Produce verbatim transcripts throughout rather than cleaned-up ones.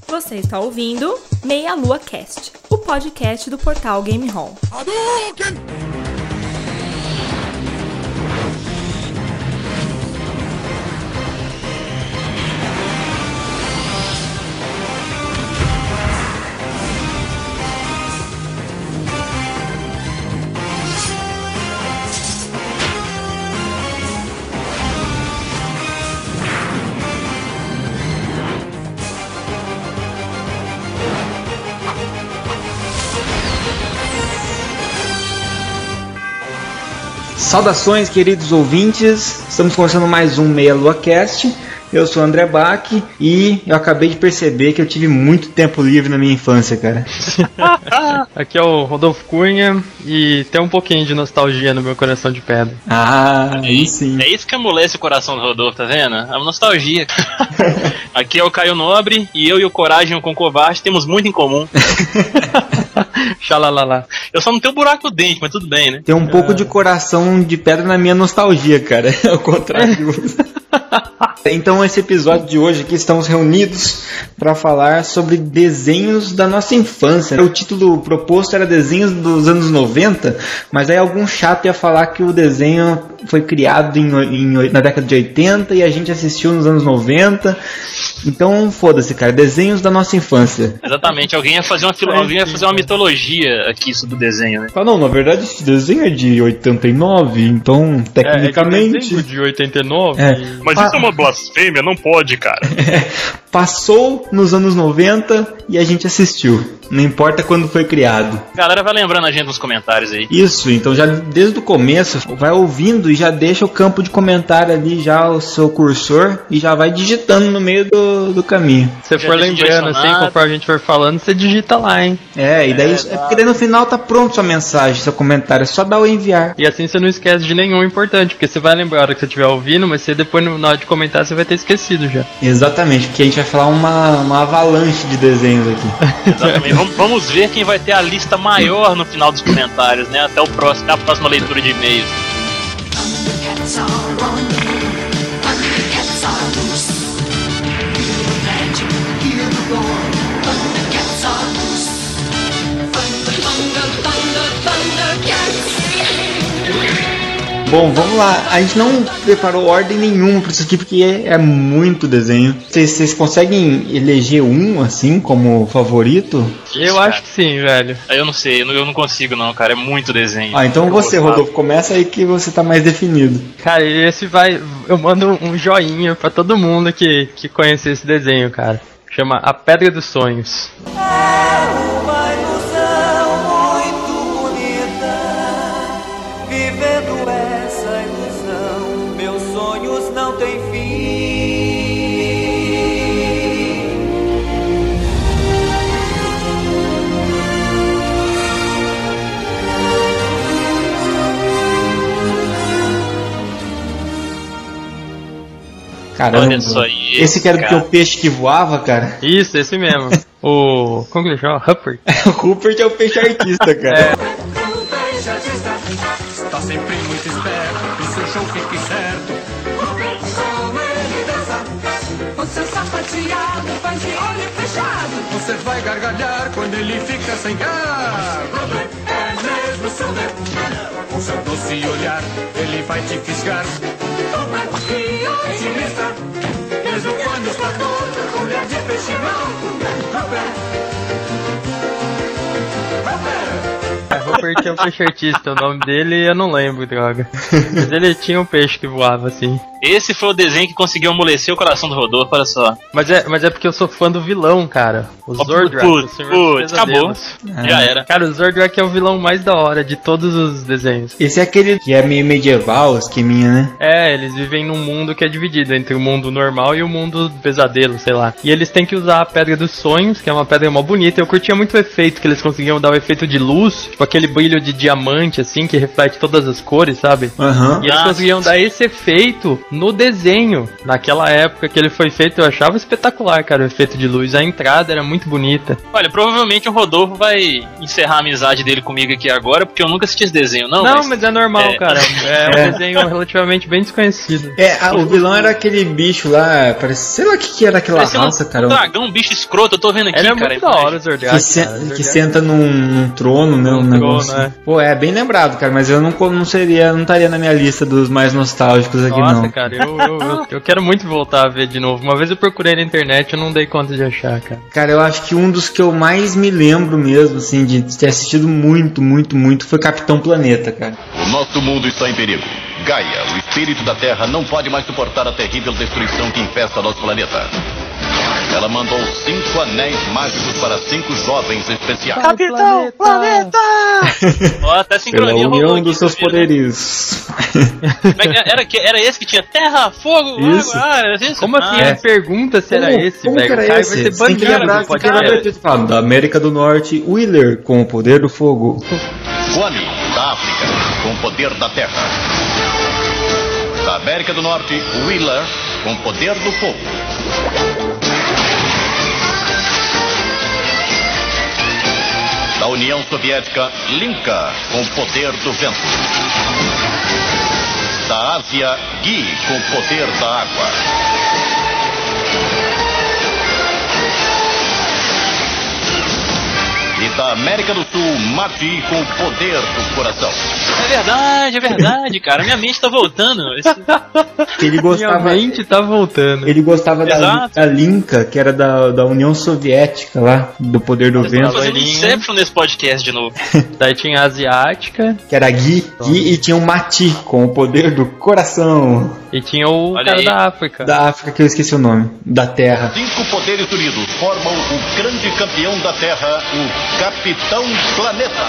Você está ouvindo Meia Lua Cast, o podcast do portal Game Hall. Saudações, queridos ouvintes, estamos começando mais um Meia Lua Cast. Eu sou o André Bach e eu acabei de perceber que eu tive muito tempo livre na minha infância, cara. Aqui é o Rodolfo Cunha e tem um pouquinho de nostalgia no meu coração de pedra. Ah, aí sim. É isso que amolece o coração do Rodolfo, tá vendo? É uma nostalgia. Aqui é o Caio Nobre e eu e o Coragem o Concovarte temos muito em comum. Xalalala. Eu só não tenho buraco no dente, mas tudo bem, né? Tem um pouco de coração de pedra na minha nostalgia, cara. Ao contrário. Então, esse episódio de hoje aqui, estamos reunidos para falar sobre desenhos da nossa infância. O título proposto era desenhos dos anos noventa, mas aí algum chato ia falar que o desenho foi criado em, em, na década de oitenta e a gente assistiu nos anos noventa. Então, foda-se, cara. Desenhos da nossa infância. Exatamente. Alguém ia fazer uma, filo... Alguém ia fazer uma mitologia aqui sobre o desenho, né? Ah, não. Na verdade, esse desenho é de oitenta e nove, então, tecnicamente... É, é de, de oitenta e nove? É. Mas pa... isso é uma blasfêmia, não pode, cara. Passou nos anos noventa e a gente assistiu. Não importa quando foi criado. A galera vai lembrando a gente nos comentários aí. Isso, então já desde o começo, vai ouvindo e já deixa o campo de comentário ali, já o seu cursor, e já vai digitando no meio do, do caminho. Se você for lembrando assim, conforme a gente for falando, você digita lá, hein? É, e daí, é, é porque daí no final tá pronto sua mensagem, seu comentário, é só dar o enviar. E assim você não esquece de nenhum importante, porque você vai lembrar a hora que você estiver ouvindo, mas você depois na hora de comentar você vai ter esquecido já. Exatamente, porque a gente vai falar uma, uma avalanche de desenhos aqui. Exatamente. Vamos ver quem vai ter a lista maior no final dos comentários, né? Até o próximo, até a próxima leitura de e-mails. Bom, vamos lá. A gente não preparou ordem nenhuma para isso aqui porque é, é muito desenho. Vocês, vocês conseguem eleger um, assim, como favorito? Eu cara. acho que sim, velho. Eu não sei, eu não consigo não, cara. É muito desenho. Ah, então você, Rodolfo, começa aí que você tá mais definido. Cara, esse vai... Eu mando um joinha pra todo mundo que, que conhece esse desenho, cara. Chama A Pedra dos Sonhos. É uma ilusão muito bonita, vivendo essa ilusão, meus sonhos não têm fim. Caramba, olha só isso, esse que era cara. o peixe que voava, cara. Isso, esse mesmo. O... Como que ele chama? Rupert? O Rupert é o peixe artista, cara. É. O peixe artista está sempre muito esperto, o seu show fique certo. Rupert, como ele dança, o seu sapateado faz de olho fechado. Você vai gargalhar quando ele fica sem ar. Rupert é mesmo super, com seu doce olhar ele vai te fisgar. Rupert, que otimista, mesmo quando está todo com olhar de peixe não. Rupert, Rupert. É, Rupert é o peixe artista, o nome dele eu não lembro, droga. Mas ele tinha um peixe que voava assim. Esse foi o desenho que conseguiu amolecer o coração do Rodolfo, olha só. Mas é, mas é porque eu sou fã do vilão, cara. O Zordrak, o Putz, Senhor dos putz, acabou. Pesadelos. Já era. Cara, o Zordrak é o vilão mais da hora de todos os desenhos. Esse é aquele que é meio medieval, esqueminha, né? É, eles vivem num mundo que é dividido entre o mundo normal e o mundo do pesadelo, sei lá. E eles têm que usar a Pedra dos Sonhos, que é uma pedra mó bonita. Eu curtia muito o efeito, que eles conseguiam dar o efeito de luz, tipo aquele brilho de diamante, assim, que reflete todas as cores, sabe? Aham. E eles Nossa. conseguiam dar esse efeito no desenho, naquela época que ele foi feito, eu achava espetacular, cara, o efeito de luz. A entrada era muito bonita. Olha, provavelmente o Rodolfo vai encerrar a amizade dele comigo aqui agora, porque eu nunca assisti esse desenho, não? Não, mas, mas é normal, é... cara. É um desenho relativamente bem desconhecido. É, a, o vilão era aquele bicho lá, parece, sei lá o que, que era aquela Parece raça, um, cara. um dragão, um bicho escroto, eu tô vendo aqui, Era cara. muito da hora o Zordak, Que, se, cara. que senta num, num trono, né? Um Num negócio. trono, é. Pô, é bem lembrado, cara, mas eu não, não seria, não estaria na minha lista dos mais nostálgicos aqui, Nossa, não. cara, eu, eu, eu, eu quero muito voltar a ver de novo. Uma vez eu procurei na internet, eu não dei conta de achar, cara. Cara, eu acho que um dos que eu mais me lembro mesmo, assim, de ter assistido muito, muito, muito, foi Capitão Planeta, cara. O nosso mundo está em perigo. Gaia, o espírito da Terra, não pode mais suportar a terrível destruição que infesta nosso planeta. Ela mandou cinco anéis mágicos para cinco jovens especiais. Capitão Planeta! Ó, até Pela sincronia rolou união aqui, dos seus tá vendo? poderes. Era, que- era esse que tinha terra, fogo, Isso. água. Ah, era esse? Como assim? Ah, Ele pergunta se era Como- esse, como velho. que era O cara esse? vai ser Você tem que banido lembrar, do você tem que podcast. lembrar de falar, da América do Norte, Wheeler, com o poder do fogo. Kwame, da África, com o poder da Terra. Da América do Norte, Wheeler, com o poder do fogo. Da União Soviética, Linka, com o poder do vento. Da Ásia, Gui, com o poder da água. E da América do Sul, Mati, com o poder do coração. é verdade, é verdade, cara. Minha mente tá voltando. Esse- Ele gostava, Minha mente tá voltando. ele gostava da, Exato. da Linka, que era da, da União Soviética lá, do poder do Vamos vento, fazer um loirinha. Inception nesse podcast de novo. Daí tinha a asiática que era Gui, Gui, e tinha o Mati, com o poder do coração. e tinha o Olha cara aí. da África. Da África, que eu esqueci o nome, da Terra. Cinco poderes unidos formam o grande campeão da Terra, o Capitão Planeta.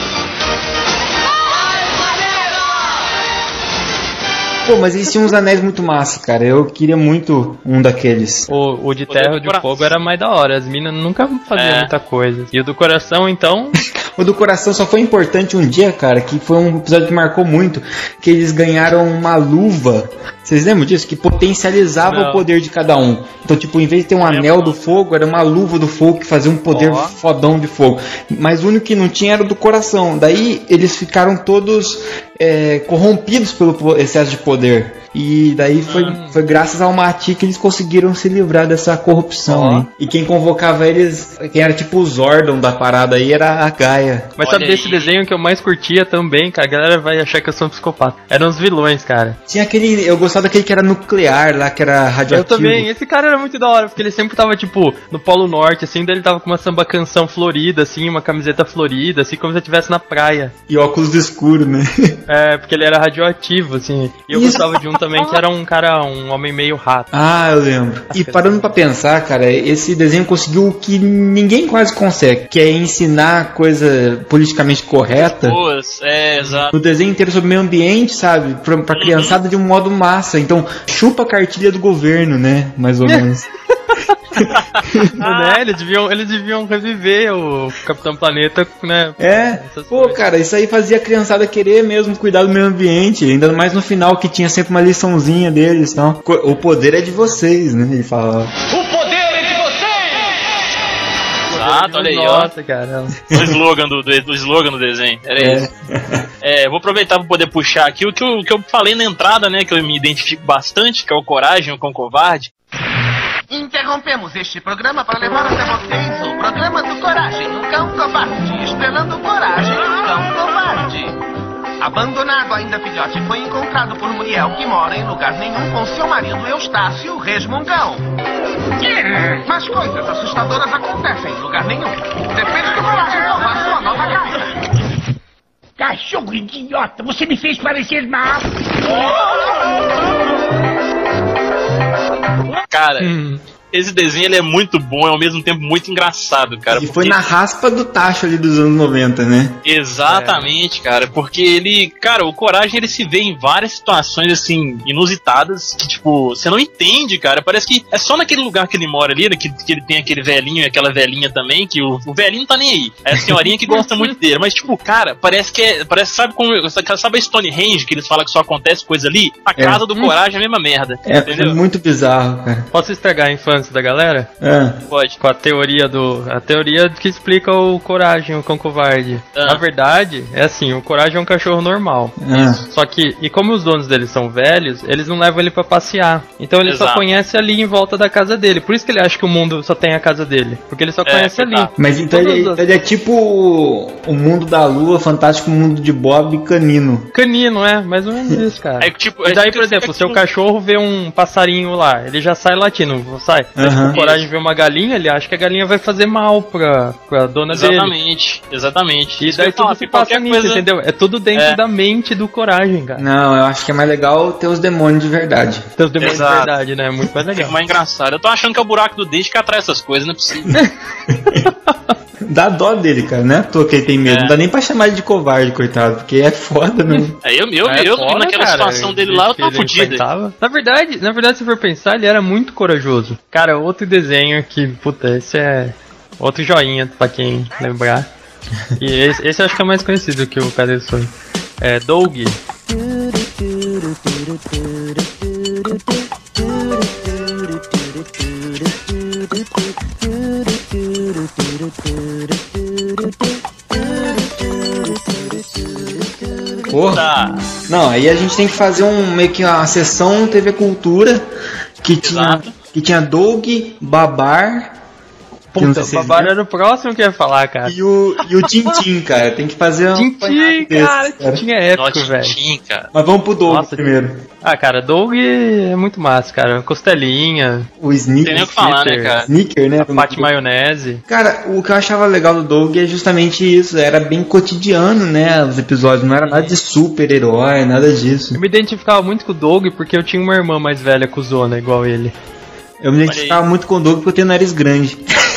Pô, mas eles tinham uns anéis muito massa, cara. Eu queria muito um daqueles. O, o de Poder terra do ou de coração. fogo era mais da hora. As minas nunca faziam É. muita coisa. E o do coração, então. O do coração só foi importante um dia, cara, que foi um episódio que marcou muito, que eles ganharam uma luva. Vocês lembram disso? Que potencializava Não. o poder de cada um. Então, tipo, em vez de ter um anel do fogo, era uma luva do fogo que fazia um poder Ó. fodão de fogo. Mas o único que não tinha era o do coração. Daí eles ficaram todos é, corrompidos pelo po- excesso de poder. E daí foi, foi graças ao Mati que eles conseguiram se livrar dessa corrupção. Ó. Aí. E quem convocava eles, quem era tipo o Zordon da parada aí, era a Gaia. Mas Olha sabe desse aí. desenho que eu mais curtia também, cara? A galera vai achar que eu sou um psicopata. Eram os vilões, cara. Tinha aquele. Eu gostava daquele que era nuclear lá, que era Eu radioativo. também, esse cara era muito da hora, porque ele sempre tava, tipo, no Polo Norte, assim, daí ele tava com uma samba canção florida, assim, uma camiseta florida, assim, como se ele estivesse na praia. E óculos escuros, né? É, porque ele era radioativo, assim. E eu Isso. gostava de um também que era um cara, um homem meio rato. Ah, eu lembro. E parando pra pensar, cara, esse desenho conseguiu o que ninguém quase consegue, que é ensinar coisa politicamente correta. Boas, é, exato. No desenho inteiro sobre meio ambiente, sabe? Pra, pra criançada de um modo massa. Então, chupa a cartilha do governo, né? Mais ou menos. Né? Eles deviam, eles deviam reviver o Capitão Planeta, né? É, Essas pô, coisas. cara, isso aí fazia a criançada querer mesmo cuidar do meio ambiente, ainda mais no final que tinha sempre uma liçãozinha deles, então, co- o poder é de vocês, né? Ele falava. O poder é de vocês! Exato, olha aí, ó. Nossa, cara. O slogan do, do, do slogan do desenho. Era É. isso. É, eu vou aproveitar para poder puxar aqui o que, eu, o que eu falei na entrada, né? Que eu me identifico bastante, que é o Coragem, o Cão Covarde. Interrompemos este programa para levar até vocês o programa do Coragem, o Cão Covarde, estrelando Coragem, o Cão Covarde. Abandonado ainda filhote, foi encontrado por Muriel, que mora em lugar nenhum com seu marido Eustácio Resmungão. Mas coisas assustadoras acontecem em lugar nenhum. Depende do Coragem salvar sua nova casa. Cachorro idiota, você me fez parecer mal. Cara, Hum. esse desenho ele é muito bom e ao mesmo tempo muito engraçado, cara. E foi na raspa do tacho ali dos anos noventa, né? Exatamente, é. cara, porque ele, cara, o Coragem ele se vê em várias situações assim, inusitadas, que tipo, você não entende, cara, parece que é só naquele lugar que ele mora ali, né, que, que ele tem aquele velhinho e aquela velhinha também, que o, o velhinho não tá nem aí, é a senhorinha que gosta muito dele, mas tipo, cara, parece que é, parece, sabe como, sabe a Stonehenge, que eles falam que só acontece coisa ali? A casa é. do Coragem é a mesma merda, é, entendeu? É muito bizarro, cara. Posso estragar a infância da galera? É. Pode. Com a teoria do, a teoria que explica o Coragem, o Cão Covarde. Ah. Na verdade, é assim, o Coragem é um cachorro normal. Ah. Só que, e como os donos dele são velhos, eles não levam ele pra passear. Então ele Exato. só conhece ali em volta da casa dele. Por isso que ele acha que o mundo só tem a casa dele. Porque ele só é, conhece ali. Tá. Mas então ele, as... ele é tipo o mundo da Lua, Fantástico Mundo de Bob e Canino. Canino, é, mais ou menos isso, cara. É, tipo, e daí, por exemplo, o seu cachorro vê um passarinho lá, ele já sai latindo, sai. Uhum. Se o Coragem vê uma galinha, ele acha que a galinha vai fazer mal pra, pra dona exatamente, dele. Exatamente, E daí tudo se passa nisso, coisa... entendeu? É tudo dentro é. da mente do Coragem, cara. Não, eu acho que é mais legal ter os demônios de verdade. Ter os demônios Exato. de verdade, né? Muito mais legal. É mais engraçado. Eu tô achando que é o buraco do dente que atrai essas coisas, não é possível. Dá dó dele, cara, né? Tô que ele tem medo. É. Não dá nem pra chamar ele de covarde, coitado, porque é foda mesmo. É, eu, eu, é eu foda, naquela cara, situação dele lá, eu tava fudido. Na verdade, na verdade, se for pensar, ele era muito corajoso. Cara, outro desenho que, puta, esse é outro joinha pra quem lembrar. E esse, esse eu acho que é mais conhecido que o Cadê o Sonho. É Doug. Porra. Não, aí a gente tem que fazer um meio que uma sessão T V Cultura que tinha, que tinha Doug, Babar. Puta, o Babar era o próximo que ia falar, cara. E o, e o Tintin, cara. Tem que fazer um. Tintin, cara. Tintin é épico, velho. Tintin, cara. Mas vamos pro Doug Nossa, primeiro. Ah, cara, Doug é muito massa, cara. Costelinha. O Sneaker. Tem nem o que falar, né, cara? Sneaker, né? A Pate Maionese. Cara, o que eu achava legal do Doug é justamente isso. Era bem cotidiano, né? Os episódios. Não era nada de super-herói, nada disso. Eu me identificava muito com o Doug porque eu tinha uma irmã mais velha cuzona, igual ele. Eu me identificava muito com o Doug porque eu tenho nariz grande.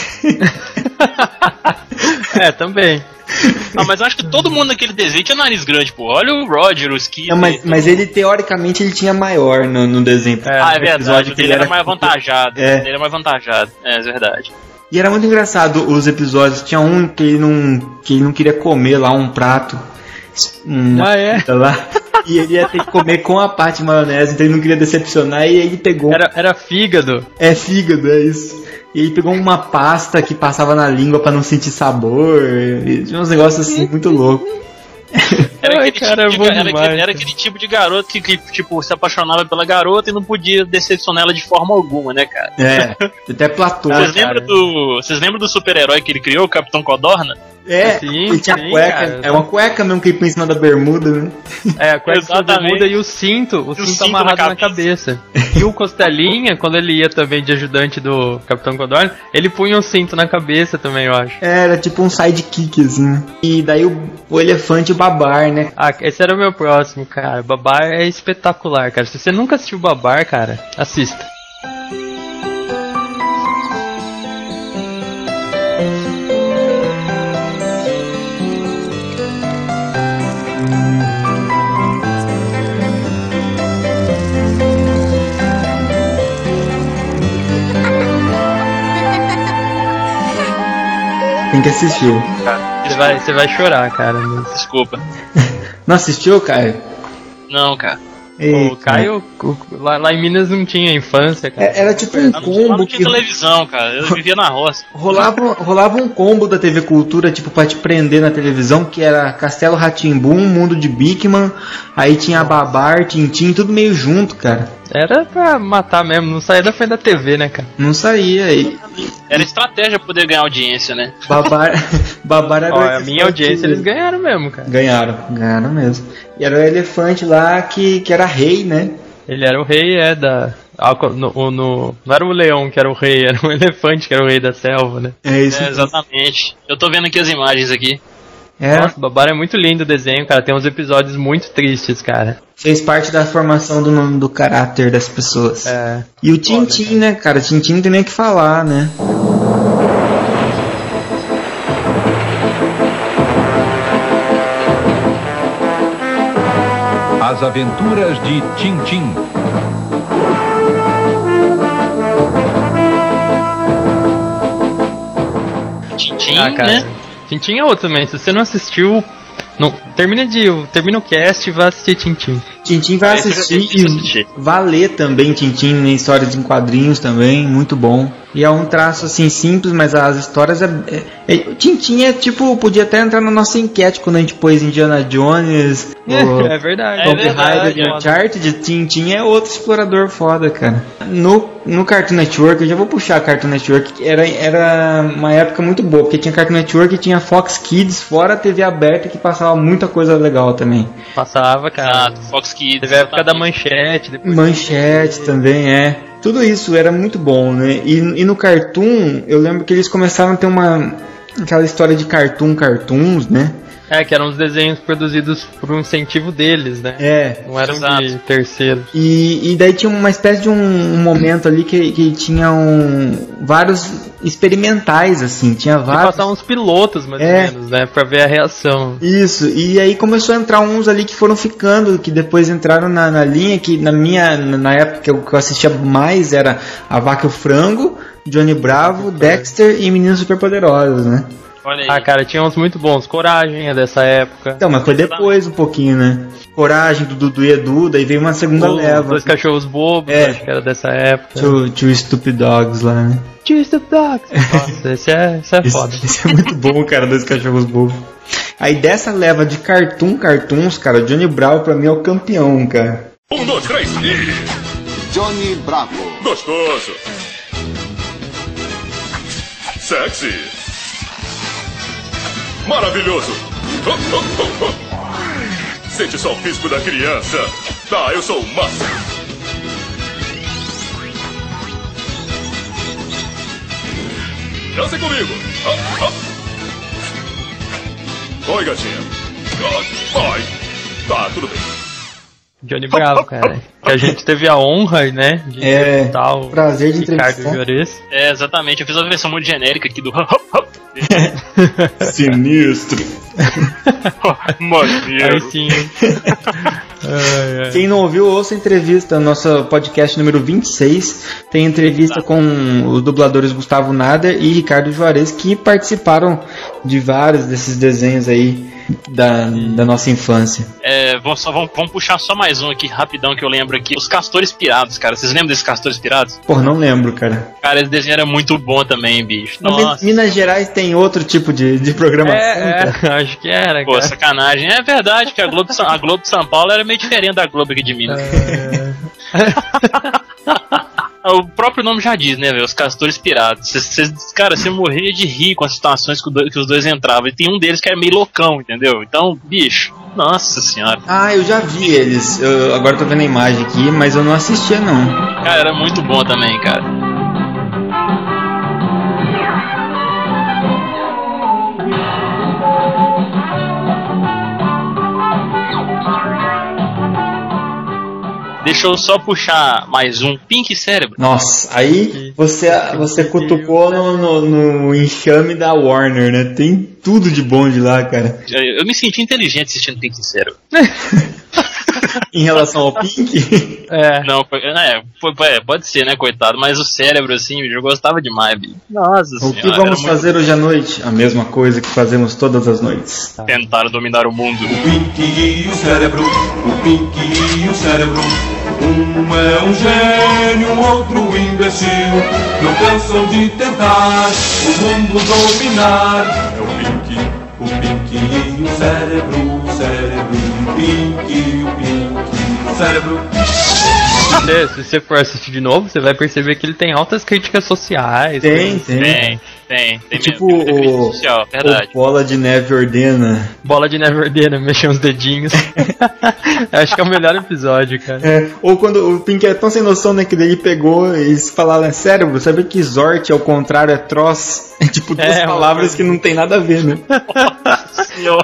É, também. Ah, mas eu acho que todo mundo naquele desenho tinha nariz grande, pô. Olha o Roger, o Skip. Não, mas, mas ele, teoricamente, ele tinha maior no, no desenho. É, ah, é verdade. Ele, ele era, era mais avantajado. É. Ele era mais avantajado. É, é verdade. E era muito engraçado os episódios. Tinha um que ele não, que ele não queria comer lá um prato. Um, ah, é? Lá, e ele ia ter que comer com a parte de maionese, então ele não queria decepcionar e aí ele pegou. Era, era fígado. É fígado, é isso. E ele pegou uma pasta que passava na língua pra não sentir sabor. E tinha uns negócios assim muito loucos. Era, Ai, cara, tipo de, era, demais, aquele, era aquele tipo de garoto que, que tipo, se apaixonava pela garota e não podia decepcionar ela de forma alguma, né, cara? É, até platô. Vocês lembram do, vocês lembram do super-herói que ele criou, o Capitão Codorna? É, sim, ele tinha sim, cueca, cara. É uma cueca mesmo que ele põe em cima da bermuda, né? É, a cueca da bermuda e o cinto, o, cinto, cinto amarrado na cabeça. na cabeça. E o Costelinha, quando ele ia também de ajudante do Capitão Codorna, ele punha um cinto na cabeça também, eu acho. É, era tipo um sidekick, assim. E daí o, o elefante e o Babar, né? Ah, esse era o meu próximo, cara. Babar é espetacular, cara. Se você nunca assistiu Babar, cara, assista. Tem que assistir. Você vai, você vai chorar, cara. Mas... Desculpa. Não assistiu, Caio? Não, cara. Eita. O Caio, o, lá, lá em Minas não tinha infância, cara. É, era tipo um não, combo. Não tinha que... televisão, cara. Eu vivia na roça. Rolava, rolava um combo da T V Cultura, tipo, pra te prender na televisão, que era Castelo Rá-Tim-Bum, Mundo de Bigman, aí tinha Babar, Tintin, tudo meio junto, cara. Era pra matar mesmo, não saía da frente da T V, né, cara? Não saía aí. Era estratégia pra poder ganhar audiência, né? Babar, Babar era Ó, a minha audiência eles ganharam mesmo, cara. Ganharam, ganharam mesmo. E era o elefante lá que, que era rei, né? Ele era o rei, é, da... No, no, não era o leão que era o rei, era o elefante que era o rei da selva, né? É isso. É, exatamente. Eu tô vendo aqui as imagens aqui. É. Nossa, Babar é muito lindo o desenho, cara. Tem uns episódios muito tristes, cara. Fez parte da formação do, do caráter das pessoas. É. E o Tintin, né, cara? Tintin não tem nem o que falar, né? As Aventuras de Tintin. Tintin, Ah, cara. né? Tintin é outro também. Se você não assistiu, não, termina, de, termina o cast e vai assistir Tintin. Tintin vai Ah, esse eu- assistir esse eu assisti. e vai ler também Tintin em histórias em quadrinhos também, muito bom. E é um traço assim simples, mas as histórias é, é, é Tintin é tipo, podia até entrar na nossa enquete quando a gente pôs Indiana Jones, o É verdade. Tomb É verdade, Raider e mano. Uncharted. Tintin é outro explorador foda, cara. No, no Cartoon Network, eu já vou puxar a Cartoon Network, era, era uma época muito boa, porque tinha Cartoon Network e tinha Fox Kids, fora a T V aberta que passava muita coisa legal também. Passava, cara. Exato, Fox Kids. Teve a época da exatamente. Manchete. Depois Manchete também, é. Tudo isso era muito bom, né? E, e no Cartoon, eu lembro que eles começaram a ter uma... aquela história de Cartoon Cartoons, né? É, que eram os desenhos produzidos por um incentivo deles, né? É. Não eram Exato. de terceiro. E, e daí tinha uma espécie de um, um momento ali que, que tinha um, vários experimentais, assim. Tinha E vários... passar uns pilotos, mais É. ou menos, né? Pra ver a reação. Isso, e aí começou a entrar uns ali que foram ficando, que depois entraram na, na linha, que na minha, na época que eu, que eu assistia mais era A Vaca e o Frango, Johnny Bravo, Dexter e Meninos Superpoderosos, né? Olha aí. Ah, cara, tinha uns muito bons. Coragem é dessa época. Então, mas foi depois um pouquinho, né? Coragem do Dudu e Edu, daí veio uma segunda Os leva. Dois Cachorros Bobos, É. acho que era dessa época. Two, two Stupid Dogs lá, né? Two Stupid Dogs. Nossa, esse é, esse é foda. Esse, esse é muito bom, cara, Dois Cachorros Bobos. Aí dessa leva de cartoon, cartoons, cara, o Johnny Bravo pra mim é o campeão, cara. Um, dois, três e... Johnny Bravo. Gostoso. Sexy. Maravilhoso. Oh, oh, oh, oh. Sente só o físico da criança. Ah, eu sou o máximo. Dance comigo. Oh, oh. Oi, gatinha. Oh, vai. Tá, tudo bem. Johnny Bravo, cara. Que a gente teve a honra, né? De É, entrevistar o prazer de Ricardo entrevistar. Juarez. É, exatamente. Eu fiz uma versão muito genérica aqui do hop, hop. Sinistro. Maneiro. Aí sim. Ai, ai. Quem não ouviu, ouça a entrevista, nosso podcast número vinte e seis. Tem entrevista com os dubladores Gustavo Nader e Ricardo Juarez, que participaram de vários desses desenhos aí da, da nossa infância. É, vamos, só, vamos, vamos puxar só mais um aqui, rapidão, que eu lembro aqui. Os Castores Pirados, cara. Vocês lembram desses Castores Pirados? Porra, não lembro, cara. Cara, esse desenho era muito bom também, bicho. Mas Nossa. Minas Gerais tem outro tipo de, de programação, É, cara. é, acho que era, Pô, cara. sacanagem. É verdade que a Globo, de São- a Globo de São Paulo era meio diferente da Globo aqui de Minas. É. O próprio nome já diz, né, velho? Os Castores Pirados. Cês, cês, cara, você morria de rir com as situações que, o do- que os dois entravam. E tem um deles que era meio loucão, entendeu? Então, bicho, nossa senhora. Ah, eu já vi eles. Eu, agora tô vendo a imagem aqui, mas eu não assistia, não. Cara, era muito bom também, cara. Deixa eu só puxar mais um. Pink Cérebro. Nossa, aí você, você cutucou no, no, no enxame da Warner, né? Tem tudo de bom de lá, cara. Eu me senti inteligente assistindo Pink Cérebro. Em relação ao Pink, É. Não, foi- é, foi- é, pode ser, né, coitado, mas o cérebro, assim, eu gostava demais, bicho. Nossa o senhora. que vamos era muito- fazer hoje à noite? A mesma coisa que fazemos todas as noites. Tentar dominar o mundo. Pinky e o cérebro, o Pinky e o cérebro. Um é um gênio, o outro um imbecil. Não cansam de tentar o mundo dominar. É o Pinky, o Pinky e o cérebro, o cérebro, o Pinky, o Pinky, o cérebro. você, se você for assistir de novo, você vai perceber que ele tem altas críticas sociais. Tem, coisas. tem. Tem, tem, tem Tipo mesmo, tem muita crítica o, social, verdade. o Bola de Neve ordena. Bola de neve ordena, mexer os dedinhos. Acho que é o melhor episódio, cara. É, ou quando o Pink é tão sem noção, né, que ele pegou e eles falaram, é cérebro, sabe que Zort ao contrário é troço? É tipo duas É, palavras que não tem nada a ver, né? Senhora.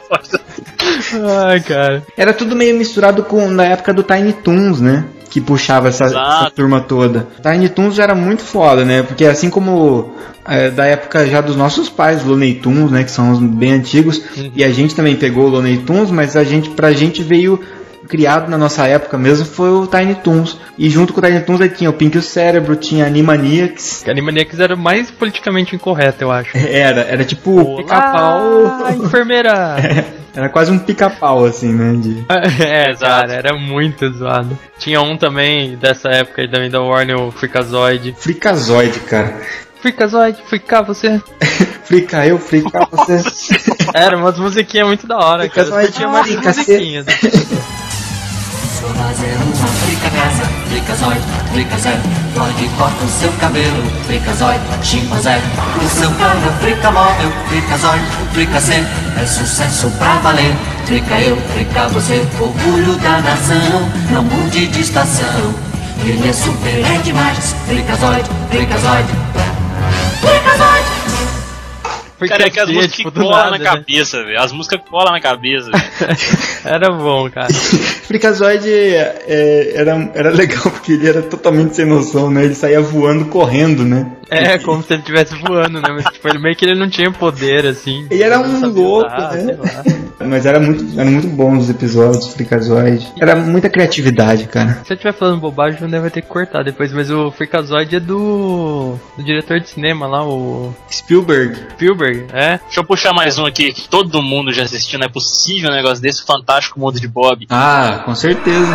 Ai, cara. Era tudo meio misturado com na época do Tiny Toons, né? Que puxava essa, essa turma toda. Tiny Toons já era muito foda, né? Porque assim como é, da época já dos nossos pais, Looney Tunes, né? Que são os bem antigos. Uhum. E a gente também pegou o Looney Tunes, mas a gente, pra gente veio criado na nossa época mesmo foi o Tiny Toons. E junto com o Tiny Toons aí tinha o Pink e o Cérebro, tinha Animaniacs. Animaniacs era o mais politicamente incorreto, eu acho. Era, era tipo Olá, pica-pau. Enfermeira! Era quase um pica-pau, assim, né? De... É, cara, era muito zoado. Tinha um também dessa época aí também da Warner, o Freakazoid. Freakazoid, cara. Freakazoid, fricar você. Frica eu, fricar você. Era umas musiquinhas muito da hora, Freakazoid, cara. Tinha umas musiquinhas. Estou fazendo uma frica nessa, Freakazoid, Freakazoid, pode corta o seu cabelo, Freakazoid, chimpanzé, o seu carro é frica móvel, Freakazoid, Fricacê, é sucesso pra valer, frica eu, frica você, orgulho da nação, não mude de estação, ele é super, é demais, Freakazoid, Freakazoid, Freakazoid. Cara, é que as músicas tipo, colam na cabeça, velho. As músicas colam na cabeça, velho. Era bom, cara. Freakazoid é, era, era legal porque ele era totalmente sem noção, né? Ele saía voando, correndo, né? É, como se ele estivesse voando, né? Mas tipo, ele meio que ele não tinha poder, assim. Ele era um louco, usar, né? Mas era muito, eram muito bons os episódios, Freakazoid. Era muita criatividade, cara. Se eu estiver falando bobagem, o André vai ter que cortar depois. Mas o Freakazoid é do, do diretor de cinema lá, o... Spielberg. Spielberg, é. Deixa eu puxar mais um aqui que todo mundo já assistiu. Não é possível um negócio desse. Fantástico Mundo de Bob. Ah, com certeza.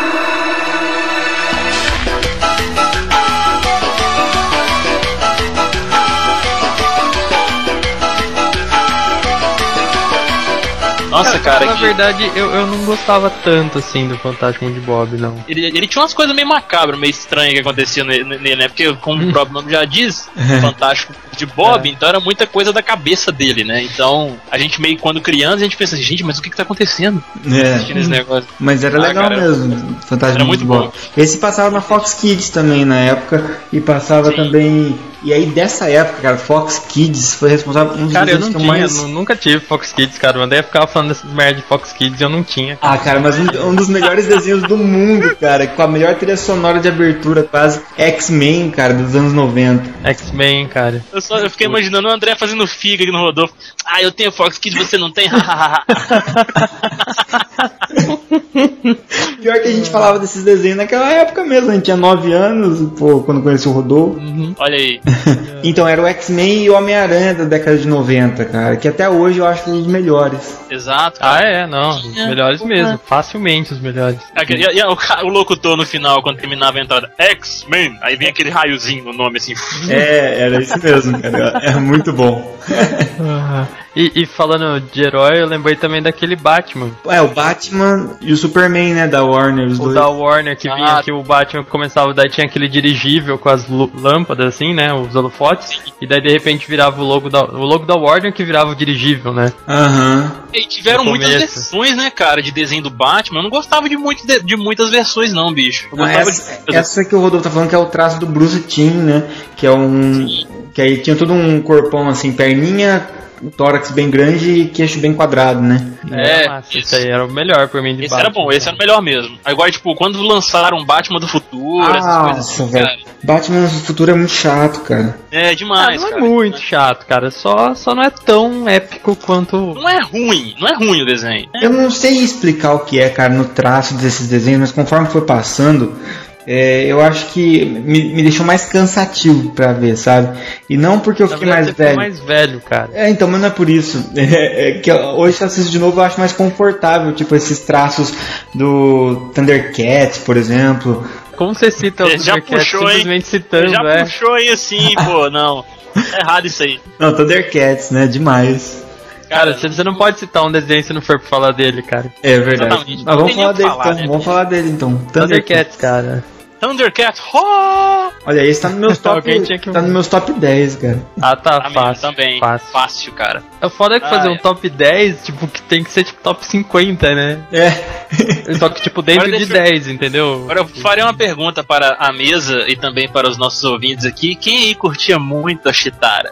Nossa, cara, cara na que... verdade eu, eu não gostava tanto assim do Fantástico Mundo de Bob, não. Ele, ele tinha umas coisas meio macabras, meio estranhas que aconteciam nele, né? Porque, como o próprio nome já diz, Fantástico de Bob, é. Então era muita coisa da cabeça dele, né? Então, a gente meio quando criança, a gente pensa, gente, mas o que que tá acontecendo? É. Assistindo esse negócio. Mas era ah, legal cara, mesmo, Fantástico era muito Bob. bom. Esse passava na Fox Kids também na época, e passava Sim. também... E aí dessa época, cara, Fox Kids foi responsável por um dos Cara, eu não que tinha, mais... eu nunca tive Fox Kids, cara. O André ficava falando dessas merda de Fox Kids e eu não tinha. Ah, cara, mas um, um dos melhores desenhos do mundo, cara, com a melhor trilha sonora de abertura, quase, X-Men, cara, dos anos noventa. X-Men, cara. Eu, só, eu fiquei imaginando o André fazendo figa aqui no Rodolfo. Ah, eu tenho Fox Kids, você não tem? Pior que a gente falava desses desenhos naquela época mesmo, a gente tinha nove anos, pô, quando conheci o Rodolfo. Uhum. Olha aí. Então era o X-Men e o Homem-Aranha da década de noventa, cara, que até hoje eu acho um dos melhores. Exato, cara. Ah, é, não, os melhores é. mesmo, facilmente os melhores. E, e, e o, o locutor no final, quando terminava a entrada, X-Men, aí vem aquele raiozinho no nome assim. É, era isso mesmo, cara, era muito bom. E, e falando de herói, eu lembrei também daquele Batman. É, o Batman e o Superman, né, da Warner, os o dois. da Warner, que ah. vinha que o Batman começava, daí tinha aquele dirigível com as lâmpadas, assim, né, os holofotes, e daí de repente virava o logo da, o logo da Warner que virava o dirigível, né. Aham. Uhum. E tiveram muitas versões, né, cara, de desenho do Batman. Eu não gostava de, muito de, de muitas versões, não, bicho. Eu não, essa, de... essa que o Rodolfo tá falando que é o traço do Bruce Timm, né, que é um... Sim. Que aí tinha todo um corpão, assim, perninha... Um tórax bem grande e queixo bem quadrado, né? É, massa, isso aí era o melhor pra mim de esse Batman. Esse era bom, esse era o melhor mesmo. Agora, tipo, quando lançaram Batman do Futuro, ah, essas coisas assim, velho. cara. Batman do Futuro é muito chato, cara. É, demais, ah, não cara. é muito chato, cara. Só, só não é tão épico quanto... Não é ruim, não é ruim o desenho. Eu não sei explicar o que é, cara, no traço desses desenhos, mas conforme foi passando... É, eu acho que me, me deixou mais cansativo pra ver, sabe? E não porque eu fiquei mais velho. mais velho, cara. É, então, mas não é por isso. É, é que hoje, se eu assisto de novo, eu acho mais confortável, tipo, esses traços do Thundercats, por exemplo. Como você cita o Thundercats simplesmente citando, já é? puxou aí assim, pô, não. É errado isso aí. Não, Thundercats, né? Demais. Cara, você não pode citar um desenho se não for pra falar dele, cara. É verdade. Mas vamos falar dele, falar, então. Né? Vamos falar dele, então. Thundercats, cara. Thundercat, oh! Olha, esse tá no meus top, que... tá no meus top dez, cara. Ah, tá, tá fácil. Também, fácil. fácil, cara. É foda que ah, fazer é. um top dez, tipo, que tem que ser tipo top cinquenta, né? É. Só que, tipo, dentro Agora de deixa... dez, entendeu? Agora eu farei uma pergunta para a mesa e também para os nossos ouvintes aqui. Quem aí curtia muito a Chitara?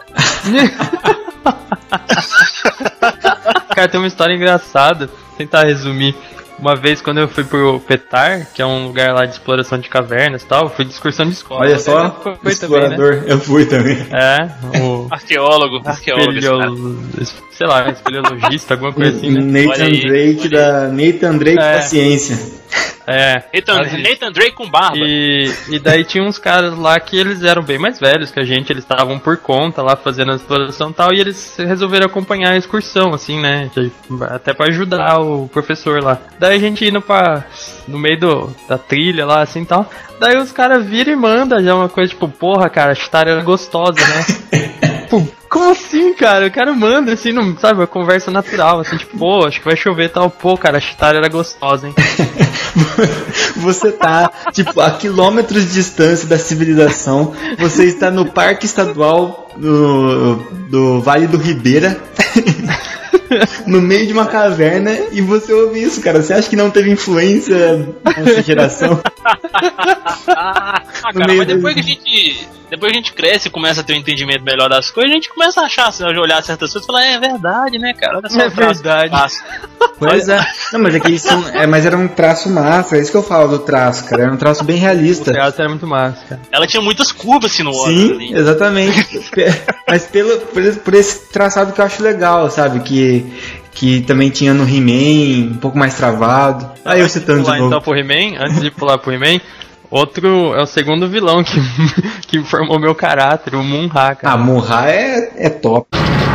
Cara, tem uma história engraçada. Vou tentar resumir. Uma vez, quando eu fui pro Petar, que é um lugar lá de exploração de cavernas e tal, eu fui de excursão de escola. Olha só, foi explorador, também, né? Eu fui também. É, o... Arqueólogo, arqueólogo. Espelho... Sei lá, espeleologista, alguma coisa assim, né? Nathan Drake da... Nathan Drake é. da ciência. É. Nathan, as... Nathan Drake com barba. E, e daí tinha uns caras lá que eles eram bem mais velhos que a gente, eles estavam por conta lá fazendo a exploração e tal, e eles resolveram acompanhar a excursão, assim, né? Até pra ajudar o professor lá. Daí a gente indo pra... no meio do, da trilha lá, assim e tal. Daí os caras viram e mandam já uma coisa tipo, porra, cara, a Chitara é gostosa, né? Tipo, como assim, cara? O cara manda, assim, não, sabe, uma conversa natural, assim, tipo, pô, acho que vai chover e tal. Pô, cara, a Chitara era gostosa, hein? Você tá, tipo, a quilômetros de distância da civilização. Você está no Parque Estadual do, do Vale do Ribeira. No meio de uma caverna e você ouve isso, cara. Você acha que não teve influência nessa geração? Ah, cara, mas depois que a gente depois a gente cresce e começa a ter um entendimento melhor das coisas, a gente começa a achar, assim, olhar certas coisas e falar, é verdade, né, cara? Olha só, é verdade. Pois é. Não, mas é que isso é, mas era um traço massa, é isso que eu falo do traço, cara. Era um traço bem realista. O traço era muito massa, cara. Ela tinha muitas curvas sinuosas. Sim, ali. Exatamente. Mas pelo, por esse traçado que eu acho legal, sabe? Que que também tinha no He-Man, um pouco mais travado. Aí eu citando de novo. Então pro He-Man, antes de pular pro He-Man, outro é o segundo vilão que, que formou meu caráter, o Mun-Ra, cara. Ah, Mun-Ra é, é top.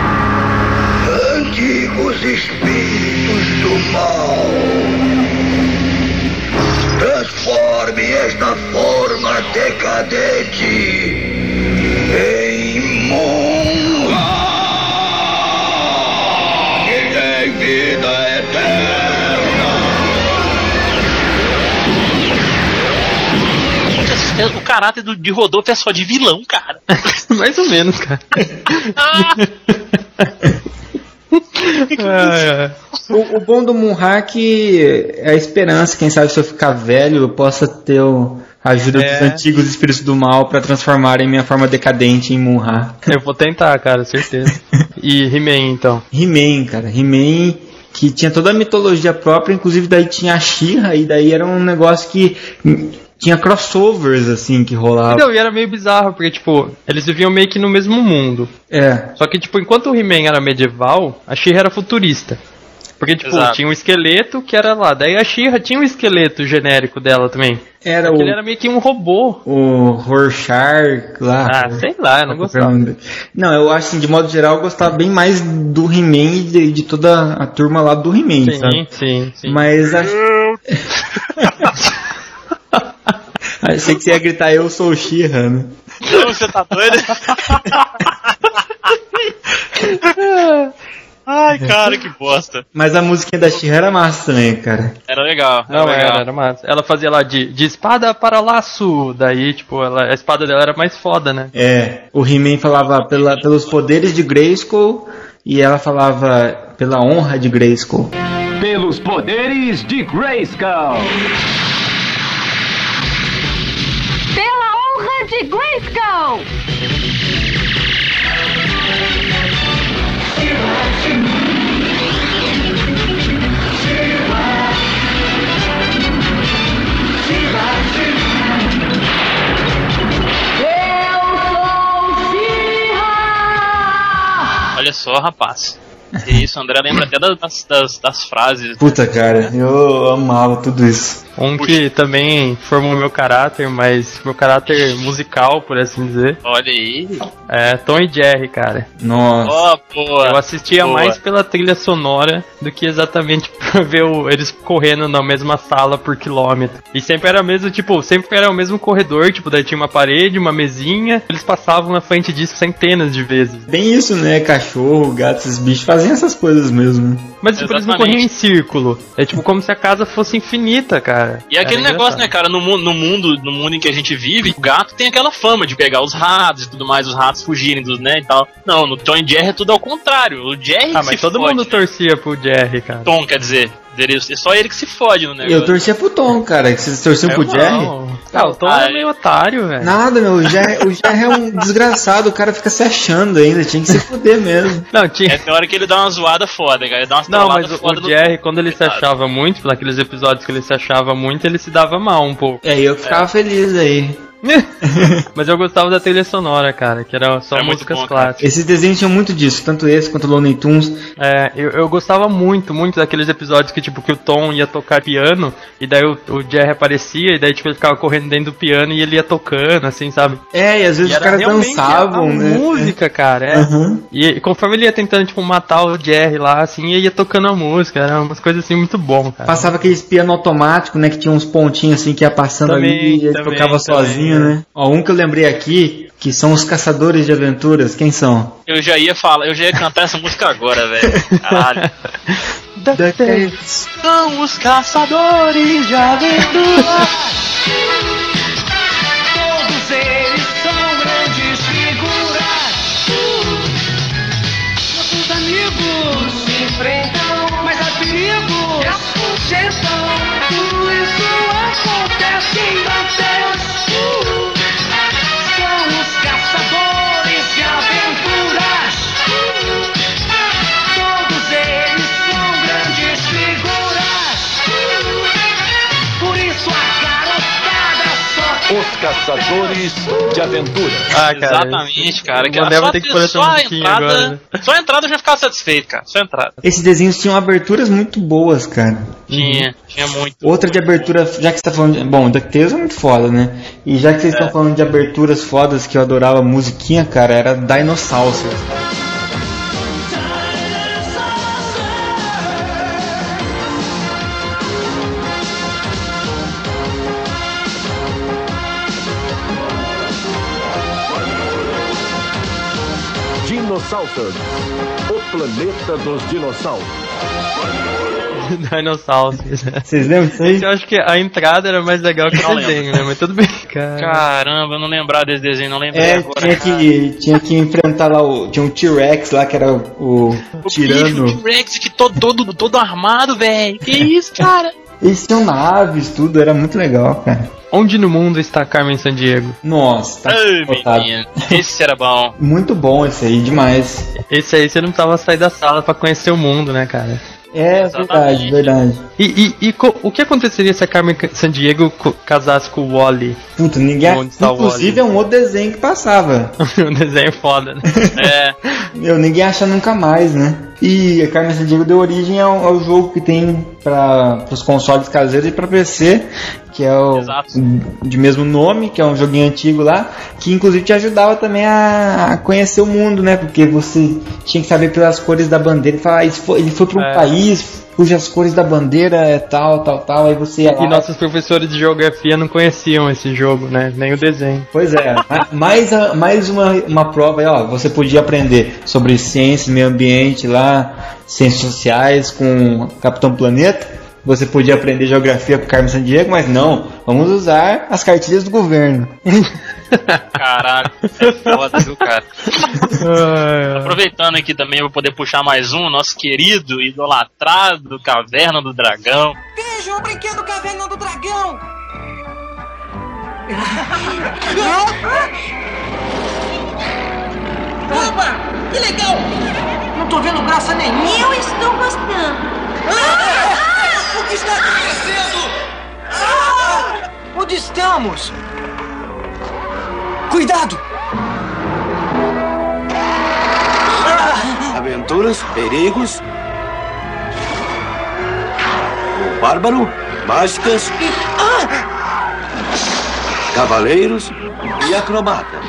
Antigos espíritos do mal, transforme esta forma decadente em Mun-Ra. Vida eterna. O caráter do, de Rodolfo é só de vilão, cara. Mais ou menos, cara. ah, é. o, o bom do Mun-Ra é que é a esperança, quem sabe se eu ficar velho eu possa ter o, a ajuda é. dos antigos espíritos do mal pra transformarem minha forma decadente em Mun-Ra. Eu vou tentar, cara, certeza. E He-Man, então? He-Man, cara, He-Man que tinha toda a mitologia própria, inclusive daí tinha a She-Ra, e daí era um negócio que tinha crossovers, assim, que rolava. Não, e era meio bizarro, porque, tipo, eles viviam meio que no mesmo mundo. É. Só que, tipo, enquanto o He-Man era medieval, a She-Ra era futurista. Porque, tipo, Exato. tinha um esqueleto que era lá. Daí a She-Ra tinha um esqueleto genérico dela também. Era o... ele era meio que um robô. O Rorschach lá. Ah, sei lá, eu não gostava. Não, eu acho assim, de modo geral, eu gostava bem mais do He-Man e de, de toda a turma lá do He-Man, sim, sabe? Sim, sim. Mas acho... Achei que você ia gritar, eu sou o She-Ra, né? Não, você tá doido? Ai, cara, que bosta. Mas a musiquinha da She-Ra era massa também, cara. Era legal. Era Não, legal. Era, era massa. Ela fazia lá de, de espada para laço. Daí, tipo, ela, a espada dela era mais foda, né? É, o He-Man falava pela, pelos poderes de Grayskull e ela falava pela honra de Grayskull. Pelos poderes de Grayskull. Pela honra de Grayskull. Olha só, rapaz. Que isso, André lembra até das, das, das frases. Puta, cara, eu amava tudo isso. Um Puxa. que também formou meu caráter, mas meu caráter musical, por assim dizer. Olha aí. É Tom e Jerry, cara. Nossa. Oh, boa. Eu assistia boa. mais pela trilha sonora do que exatamente pra ver o, eles correndo na mesma sala por quilômetro. E sempre era mesmo, tipo, sempre era o mesmo corredor, tipo, daí tinha uma parede, uma mesinha, eles passavam na frente disso centenas de vezes. Bem isso, né? Cachorro, gato, esses bichos faziam essas coisas mesmo. Mas tipo, eles não corriam em círculo. É tipo como se a casa fosse infinita, cara. cara. E é aquele Era negócio, engraçado. né, cara, no, mu- no mundo no mundo em que a gente vive, o gato tem aquela fama de pegar os ratos e tudo mais, os ratos fugirem dos, né, e tal. Não, no Tom e Jerry é tudo ao contrário. O Jerry Ah, que mas se todo fode, mundo né? torcia pro Jerry, cara. Tom, quer dizer, é só ele que se fode no negócio. Eu torcia pro Tom, cara. Vocês torciam pro Eu Jerry? não. Ah, o Tom Ah, é meio otário, velho. Nada, meu. O Jerry, o Jerry é um desgraçado. O cara fica se achando ainda. Tinha que se fuder mesmo. Não, tinha... É, tem hora que ele dá uma zoada foda, cara. Ele dá umas Não, trolladas mas o, foda o no Jerry, quando ele se achava muito, naqueles episódios que ele se achava muito, ele se dava mal um pouco. É, eu ficava feliz aí. Mas eu gostava da trilha sonora, cara, que era só É muito músicas bom, cara. clássicas. Esses desenhos tinham muito disso. Tanto esse quanto o Looney Tunes. É, eu, eu gostava muito, muito daqueles episódios que, tipo, que o Tom ia tocar piano, e daí o, o Jerry aparecia, e daí, tipo, ele ficava correndo dentro do piano e ele ia tocando, assim, sabe? É, e às vezes E os caras dançavam, a né? música, cara, é. Uhum. E, e conforme ele ia tentando, tipo, matar o Jerry lá, assim, ele ia tocando a música, era umas coisas, assim, muito bom, cara. Passava aqueles piano automático, né? Que tinha uns pontinhos assim que ia passando Também, ali e ele também, tocava também, sozinho, é. né? Ó, um que eu lembrei aqui, que são os Caçadores de Aventuras. Quem são? Eu já ia falar, eu já ia cantar essa música agora, velho. Caralho. Ducktales. São os caçadores de aventura. Todos eles são grandes figuras. Nossos amigos se enfrentam, mas há perigo. E a sugestão, tudo isso acontece em Ducktales. São os caçadores de aventuras. Todos eles são grandes figuras. Por isso a garotada só Os Caçadores de Aventura. Ah, cara, Exatamente, cara. o Que Mandel só, vai ter que pôr essa só a musiquinha entrada, agora, né? só a entrada eu já ficava satisfeito, cara. Só a entrada. Esses desenhos tinham aberturas muito boas, cara. Tinha, tinha muito. Outra de abertura, já que você tá falando de... Bom, DuckTales é muito foda, né? E já que vocês estão falando de aberturas fodas que eu adorava a musiquinha, cara, era Dinosaurs. Dinossauros. O planeta dos dinossauros. Dinossauros. Vocês lembram disso aí? Eu acho que a entrada era mais legal que Não o desenho, né? Mas tudo bem, cara. Caramba, eu não lembrava desse desenho, não lembrei É, agora. tinha que, tinha que enfrentar lá o... Tinha um T-Rex lá que era o, o tirano. O T-Rex que todo, todo, todo armado, velho. Que isso, cara? Eles tinham naves, tudo, era muito legal, cara. Onde no mundo está Carmen Sandiego? Nossa, tá Ai, botado. menino. Esse era bom. Muito bom esse aí, demais. Esse aí você não precisava sair da sala pra conhecer o mundo, né, cara? É, verdade, verdade. E, e, e co- o que aconteceria se a Carmen Sandiego co- casasse com o Wally? Puta, ninguém. Onde está o Inclusive é um outro desenho que passava. Um desenho foda, né? É. Meu, ninguém acha nunca mais, né? E a Carmen Sandiego deu origem ao, ao jogo que tem para os consoles caseiros e para P C, que é o Exato. de mesmo nome, que é um joguinho antigo lá, que inclusive te ajudava também a, a conhecer o mundo, né? Porque você tinha que saber pelas cores da bandeira e falar, ah, ele foi, ele foi para um É. país cujas cores da bandeira é tal, tal, tal, aí você ia lá. E nossos professores de geografia não conheciam esse jogo, né? Nem o desenho. Pois é, mais, a- mais uma, uma prova aí, ó. Você podia aprender sobre ciência, meio ambiente lá, ciências sociais com Capitão Planeta. Você podia aprender geografia com Carmen Sandiego, mas não, vamos usar as cartilhas do governo. Caralho, é foda, viu, cara? Aproveitando aqui também, eu vou poder puxar mais um, nosso querido, idolatrado Caverna do Dragão. Vejam o brinquedo Caverna do Dragão! Opa! Que legal! Não tô vendo graça nenhuma! Eu estou gostando. Ah! O que está acontecendo? Ah! Onde estamos? Cuidado! Aventuras, perigos. O bárbaro, mágicas, cavaleiros e acrobata.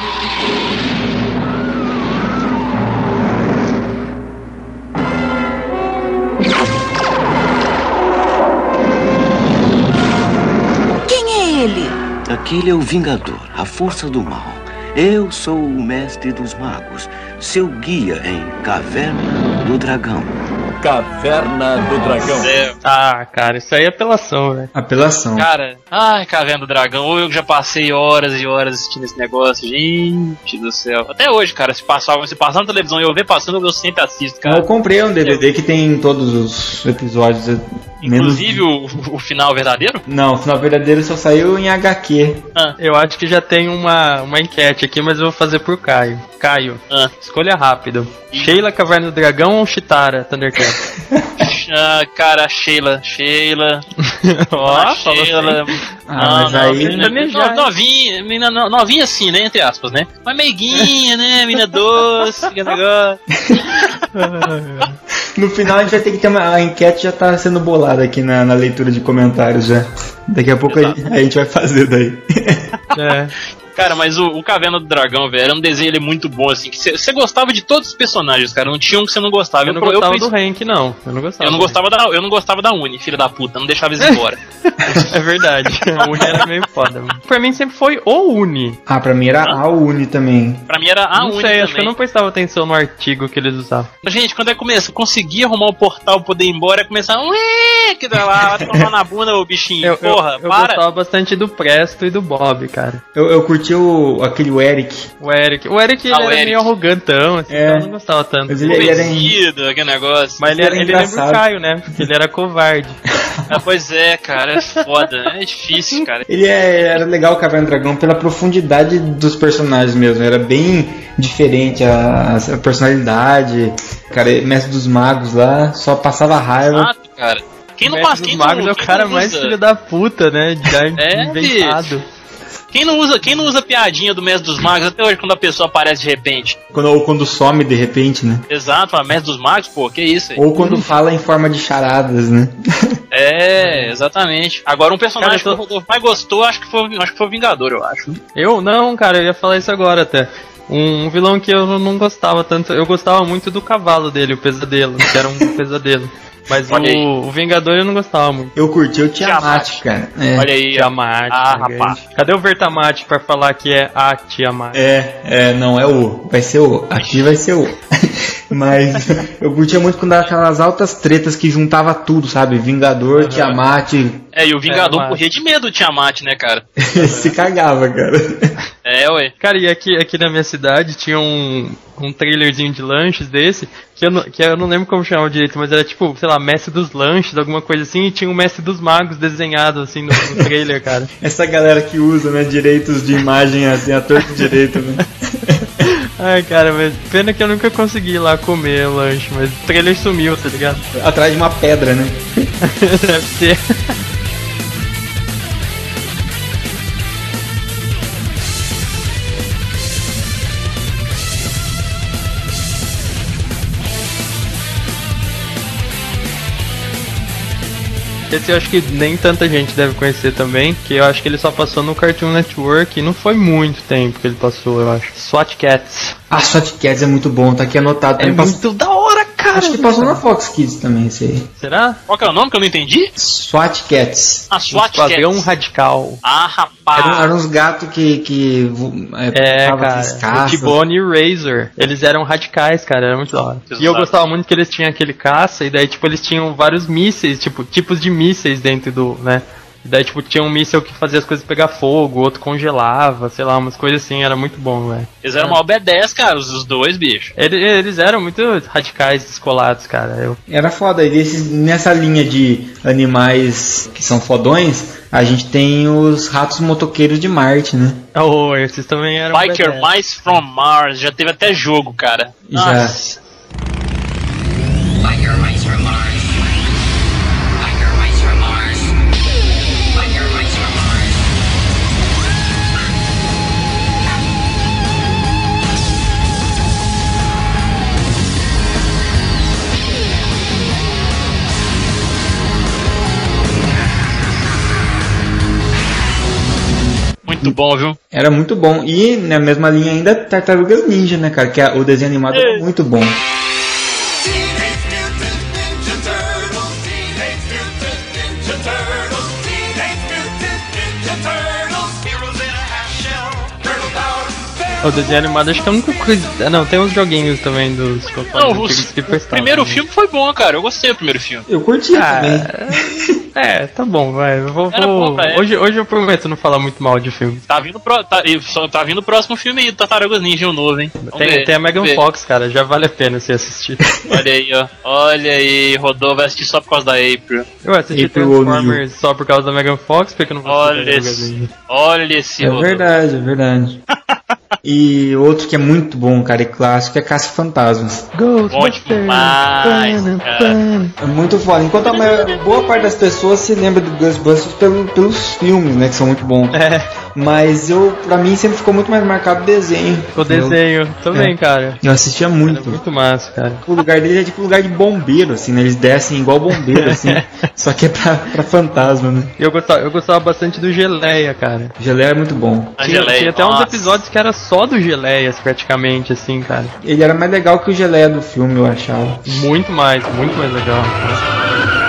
Quem é ele? Aquele é o Vingador, a força do mal. Eu sou o mestre dos magos, seu guia em Caverna do Dragão. Caverna do Dragão. Ah, cara, isso aí é apelação, velho. Apelação. Cara, ai, Caverna do Dragão, ou eu que já passei horas e horas assistindo esse negócio, gente do céu. Até hoje, cara, se passar, se passar na televisão e eu ver passando, eu sempre assisto, cara. Eu comprei um D V D que tem todos os episódios. Inclusive menos... o, o final verdadeiro? Não, o final verdadeiro só saiu em H Q. Ah. Eu acho que já tem uma, uma enquete aqui, mas eu vou fazer por Caio. Caio, ah. escolha rápido. Sheila, Caverna do Dragão ou Chitara, Thundercat? Ah, cara, Sheila, Sheila. Ó, oh, Sheila. Ah, não, mas não, aí. Menina, no, novinha, menina no, novinha assim, né? Entre aspas, né? Mas meiguinha, né? Menina doce, que negócio. No final a gente vai ter que ter uma. A enquete já tá sendo bolada aqui na, na leitura de comentários já. Daqui a pouco a gente, a gente vai fazer daí. É. Cara, mas o, o Caverna do Dragão, velho, era um desenho ele muito bom, assim. Você gostava de todos os personagens, cara. Não tinha um que você não gostava. Eu não eu, gostava eu, do Hank, não. Eu não gostava. Eu não gostava, da, eu não gostava da Uni, filha da puta. Não deixava eles embora. É verdade. A Uni era meio foda. Mano. Pra mim sempre foi o Uni. Ah, pra mim era a Uni também. Pra mim era a não Uni sei, também. Acho que eu não prestava atenção no artigo que eles usavam. Gente, quando é começa, conseguia arrumar o portal, poder ir embora, começar... Ué, que da lá, vai tomar na bunda, ô bichinho. Eu, Porra, eu, eu para. Eu gostava bastante do Presto e do Bob, cara. Eu, eu curti o... aquele o Eric. O Eric. O Eric ele ah, o era Eric. meio arrogantão, assim, é. então eu não gostava tanto. Mas ele, ele era Convencido, aquele negócio. Mas ele, ele, ele lembra o Caio, né? Porque ele era covarde. Ah, pois é, cara, é foda, né? É difícil, cara. Ele é, era legal o Caverna do Dragão pela profundidade dos personagens mesmo. Era bem diferente a, a personalidade. Cara, Mestre dos Magos lá só passava raiva. Exato, cara. Quem não passa, quem Magos não, é o cara mais filho da puta, né? Já é, inventado. Bicho. Quem não, usa, quem não usa piadinha do Mestre dos Magos até hoje quando a pessoa aparece de repente? Quando, ou quando some de repente, né? Exato, a Mestre dos Magos, pô, que isso aí? Ou quando fala em forma de charadas, né? É, exatamente. Agora um personagem cara, tô... que o Rodolfo mais gostou, acho que foi, acho que foi o Vingador, eu acho. Eu? Não, cara, eu ia falar isso agora até. Um vilão que eu não gostava tanto. Eu gostava muito do cavalo dele, o Pesadelo, que era um pesadelo. Mas o, o Vingador eu não gostava muito. Eu curti o Tiamat, cara. É. Olha aí. Tiamat. Ah, né, rapaz. Cadê o Vertamate pra falar que é a Tiamat? É, é, não, é o. Vai ser o. Aqui vai ser o. Mas eu curtia muito quando dava aquelas altas tretas que juntava tudo, sabe? Vingador, uhum. Tiamat. É, e o Vingador é, morria de medo do Tiamat, né, cara? Se cagava, cara. É, ué. Cara, e aqui, aqui na minha cidade tinha um, um trailerzinho de lanches desse, que eu, não, que eu não lembro como chamava direito, mas era tipo, sei lá, Mestre dos Lanches, alguma coisa assim, e tinha o Mestre dos Magos desenhado assim no, no trailer, cara. Essa galera que usa, né, direitos de imagem assim, a torto direito, né? Ai, cara, mas pena que eu nunca consegui ir lá comer o lanche, mas o trailer sumiu, tá ligado? Atrás de uma pedra, né? Deve ser. Esse eu acho que nem tanta gente deve conhecer também, que eu acho que ele só passou no Cartoon Network e não foi muito tempo que ele passou, eu acho. SWAT Cats. Ah, SWAT Cats é muito bom, tá aqui anotado. É também. muito da hora, cara. Acho que passou na Fox Kids também, esse aí. Será? Qual que é o nome que eu não entendi? SWAT Cats. Ah, SWAT Cats. Esquadrão Radical. Ah, rapaz. Eram, eram uns gatos que... que é, é cara. O T-Bone e Razor. Eles eram radicais, cara. Era muito da hora. E eu gostava muito que eles tinham aquele caça, e daí, tipo, eles tinham vários mísseis, tipo, tipos de mísseis dentro do, né? E daí, tipo, tinha um míssel que fazia as coisas pegar fogo, outro congelava, sei lá, umas coisas assim, era muito bom, velho. Eles eram é. mal B dez, cara, os dois, bicho. Eles, eles eram muito radicais, descolados, cara. Eu... Era foda, e desses, nessa linha de animais que são fodões, a gente tem os ratos motoqueiros de Marte, né? Oh, esses também eram Biker Mice from Mars, já teve até jogo, cara. Já. Nossa. Biker Mice from Mars. Muito bom, viu? Era muito bom. E na mesma linha ainda Tartarugas Ninja, né, cara? Que a, o desenho animado é muito bom. O desenho animado acho que é a única coisa. Não, tem uns joguinhos também dos Não, o, o primeiro filme foi bom, cara. Eu gostei do primeiro filme. Eu curti ah, também. É, tá bom, vai. Eu vou, vou... Bom hoje, hoje eu prometo não falar muito mal de filme. Tá vindo pro, tá, tá vindo o próximo filme aí do Tartarugas Ninja, o novo, hein? Tem, tem a Megan Fox, cara. Já vale a pena você assistir. Olha aí, ó. Olha aí, rodou, vai assistir só por causa da April. Eu assisti April Transformers só por causa da Megan Fox, porque eu não vou olha esse, olha esse É rodou. verdade, é verdade. E outro que é muito bom, cara, e clássico, é Caça-Fantasmas. Bom demais, é muito foda. Enquanto a maior, boa parte das pessoas se lembra do Ghostbusters pelo, pelos filmes, né, que são muito bons. É. Mas eu, pra mim, sempre ficou muito mais marcado o desenho. O desenho, também, é. cara. Eu assistia muito. Era muito massa, cara. O lugar dele é tipo um lugar de bombeiro, assim, né? Eles descem igual bombeiro, assim. Só que é pra, pra fantasma, né? Eu gostava, eu gostava bastante do Geleia, cara. Geleia é muito bom. Tinha, Geleia, tinha até uns episódios que era só do Geleias, praticamente, assim, cara. Ele era mais legal que o Geleia do filme, eu achava. Muito mais, muito mais legal. Cara.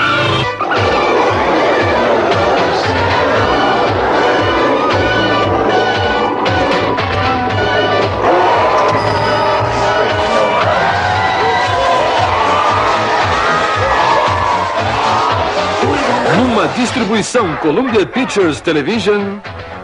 Distribuição Columbia Pictures Television.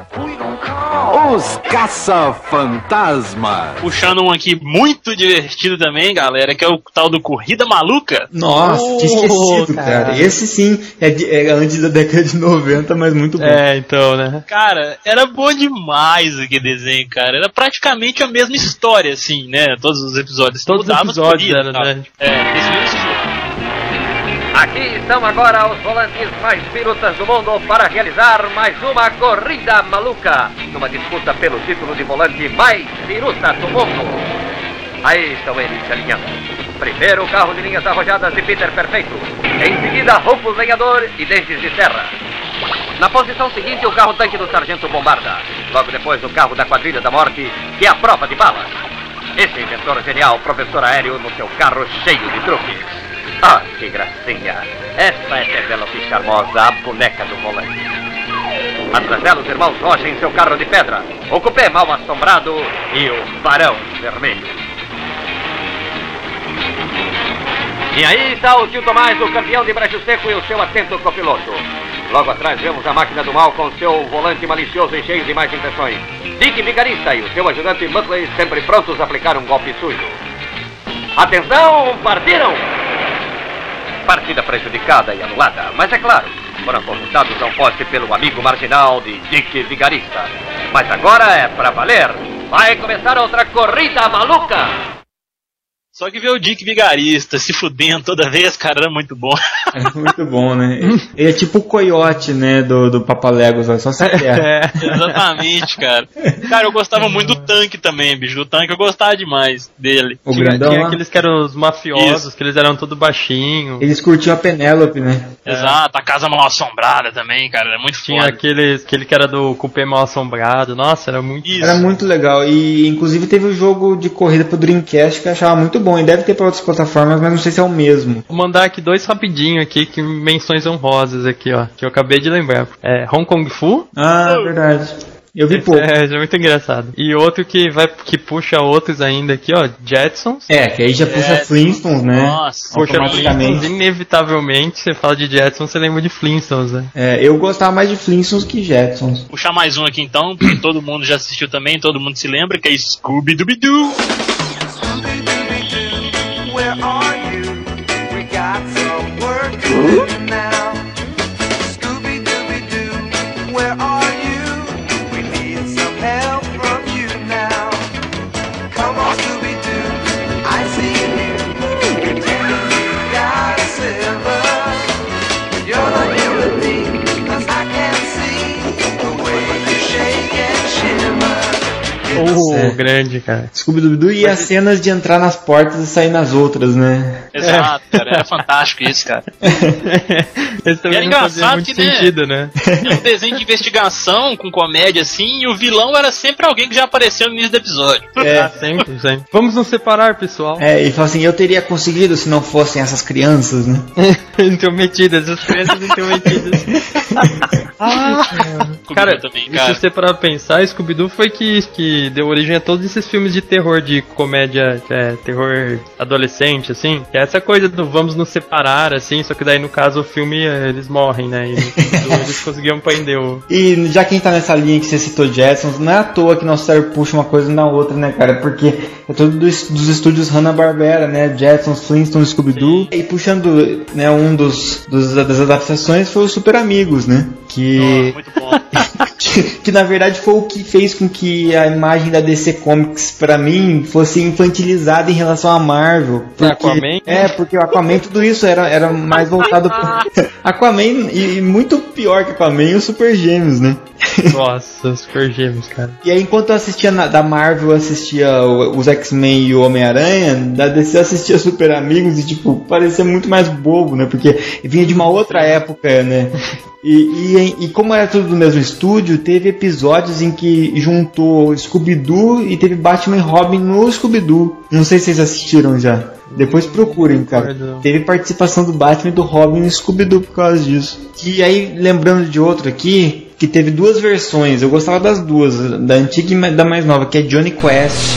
Os Caça-Fantasma. Puxando um aqui muito divertido também, galera, que é o tal do Corrida Maluca. Nossa, oh, tinha esquecido, cara. cara. Esse sim é, de, é antes da década de noventa, mas muito bom. É, então, né? Cara, era bom demais aquele desenho, cara. Era praticamente a mesma história, assim, né? Todos os episódios. Todos os episódios era, né? É, esse mesmo. Aqui estão agora os volantes mais pirutas do mundo para realizar mais uma corrida maluca, numa disputa pelo título de volante mais piruta do mundo. Aí estão eles se alinhando. Primeiro o carro de linhas arrojadas de Peter Perfeito. Em seguida, Rufus Lenhador e Dentes de Serra. Na posição seguinte, o carro-tanque do Sargento Bombarda. Logo depois, o carro da Quadrilha da Morte, que é a prova de balas. Esse inventor genial, professor aéreo, no seu carro cheio de truques. Ah, que gracinha! Essa é Penélope charmosa, a boneca do volante. Atrás dela, os irmãos Rocha em seu carro de pedra, o cupê mal assombrado e o Barão Vermelho. E aí está o tio Tomás, o campeão de Brejo Seco e o seu atento copiloto. Logo atrás vemos a máquina do mal com seu volante malicioso e cheio de más intenções. Dick Vigarista e o seu ajudante Muttley sempre prontos a aplicar um golpe sujo. Atenção, partiram! Partida prejudicada e anulada, mas é claro, foram consultados ao poste pelo amigo marginal de Dick Vigarista. Mas agora é pra valer. Vai começar outra corrida maluca! Só que ver o Dick Vigarista se fudendo toda vez, cara, era muito bom. É muito bom, né? Ele é tipo o coiote, né, do, do Papaléguas, só se é, exatamente, cara. Cara, eu gostava muito do tanque também, bicho. O tanque eu gostava demais dele. O tinha, grandão, tinha aqueles que eram os mafiosos, isso. Que eles eram tudo baixinho. Eles curtiam a Penélope, né? Exato, a casa mal assombrada também, cara, era muito tinha foda. Aquele, aquele que era do cupê mal assombrado, nossa, era muito... Isso. Era muito legal, e inclusive teve o jogo de corrida pro Dreamcast que eu achava muito bom, e deve ter para outras plataformas, mas não sei se é o mesmo. Vou mandar aqui dois rapidinho aqui, que menções honrosas aqui, ó, que eu acabei de lembrar. É Hong Kong Fu. Ah, oh. verdade. Eu vi pouco. É, é muito engraçado. E outro que vai que puxa outros ainda aqui, ó, Jetsons. É, que aí já puxa Jetsons. Flintstones, né? Nossa, puxa Flintstones, inevitavelmente, você fala de Jetsons, você lembra de Flintstones, né? É, eu gostava mais de Flintstones que Jetsons. Vou puxar mais um aqui então, porque todo mundo já assistiu também, todo mundo se lembra, que é Scooby-Dooby-Doo. Where are you? We got some work to do now. Scooby-Dooby-Doo, where are you? We need some help from you now. Come on, Scooby-Doo, I see you. Pretending you got silver. But you're not human being, 'cause I can see the way you shake and shimmer. Oh, é. Grande, cara. Scooby-Doo e as cenas de entrar nas portas e sair nas outras, né? Exato, é. Cara. Era fantástico isso, cara. Esse também não fazia muito que, sentido, né? É um desenho de investigação com comédia, assim, e o vilão era sempre alguém que já apareceu no início do episódio. É, sempre, sempre. Vamos nos separar, pessoal. É, e fala assim, eu teria conseguido se não fossem essas crianças, né? Intrometidas, as crianças intrometidas. Ah, cara, também, cara, se você parar pra pensar, Scooby-Doo foi que, que que deu origem a todos esses filmes de terror, de comédia, é, terror adolescente, assim. Que é essa coisa do vamos nos separar, assim, só que daí no caso o filme eles morrem, né? E no filme eles conseguiam prender o... E já quem tá nessa linha que você citou, Jetsons, não é à toa que nosso cérebro puxa uma coisa na outra, né, cara? Porque é tudo dos, dos estúdios Hanna-Barbera, né? Jetsons, Flintstones, Scooby-Doo. E puxando, né, um dos, dos das adaptações foi o Super Amigos, né? Que... Oh, muito bom. que, que na verdade foi o que fez com que a imagem da D C Comics pra mim fosse infantilizada em relação à Marvel. Porque, Aquaman? É, porque o Aquaman, tudo isso era, era mais voltado pro Aquaman, e, e muito pior que Aquaman, os Super Gêmeos, né? Nossa, Super Gêmeos, cara. E aí enquanto eu assistia na, da Marvel, eu assistia os X-Men e o Homem-Aranha, da D C eu assistia Super Amigos e tipo, parecia muito mais bobo, né? Porque vinha de uma outra época, né? E, e, e como era tudo do mesmo estúdio, teve episódios em que juntou Scooby-Doo e teve Batman e Robin no Scooby-Doo. Não sei se vocês assistiram já. Depois procurem, cara. Teve participação do Batman e do Robin no Scooby-Doo por causa disso. E aí, lembrando de outro aqui, que teve duas versões. Eu gostava das duas, da antiga e da mais nova, que é Johnny Quest.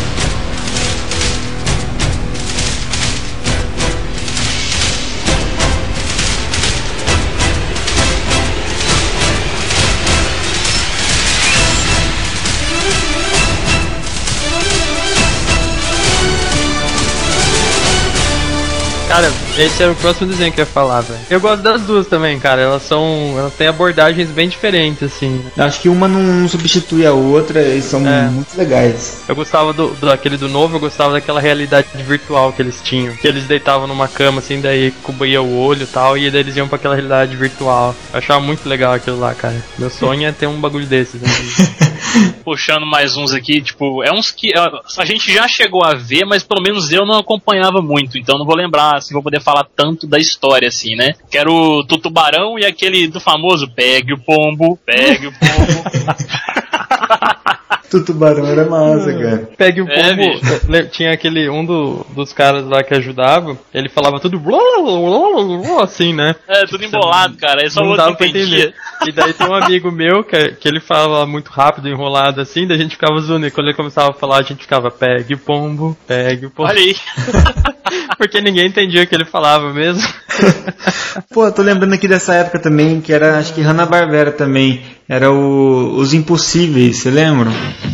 Cara, esse era o próximo desenho que eu ia falar, velho. Eu gosto das duas também, cara. Elas são. Elas têm abordagens bem diferentes, assim. Acho que uma não substitui a outra e são é. muito legais. Eu gostava do, do aquele do novo, eu gostava daquela realidade virtual que eles tinham. Que eles deitavam numa cama, assim, daí cobria o olho e tal, e daí eles iam pra aquela realidade virtual. Eu achava muito legal aquilo lá, cara. Meu sonho é ter um bagulho desses, né? Puxando mais uns aqui, tipo, é uns que a gente já chegou a ver, mas pelo menos eu não acompanhava muito, então não vou lembrar, assim, vou poder falar tanto da história, assim, né? Que era o Tutubarão e aquele do famoso Pegue o Pombo, Pegue o Pombo. Tutubarão era massa, cara. Pegue o Pombo, é, tinha aquele, um do, dos caras lá que ajudava, ele falava tudo assim, né? É, tudo embolado, cara, é só o outro que entendia. E daí tem um amigo meu que, que ele falava muito rápido, enrolado assim, daí a gente ficava zoando, e quando ele começava a falar a gente ficava, pegue o pombo, pegue o pombo. Olha aí. Porque ninguém entendia o que ele falava mesmo. Pô, tô lembrando aqui dessa época também, que era, acho que Hanna-Barbera também, era o, Os Impossíveis, você lembra?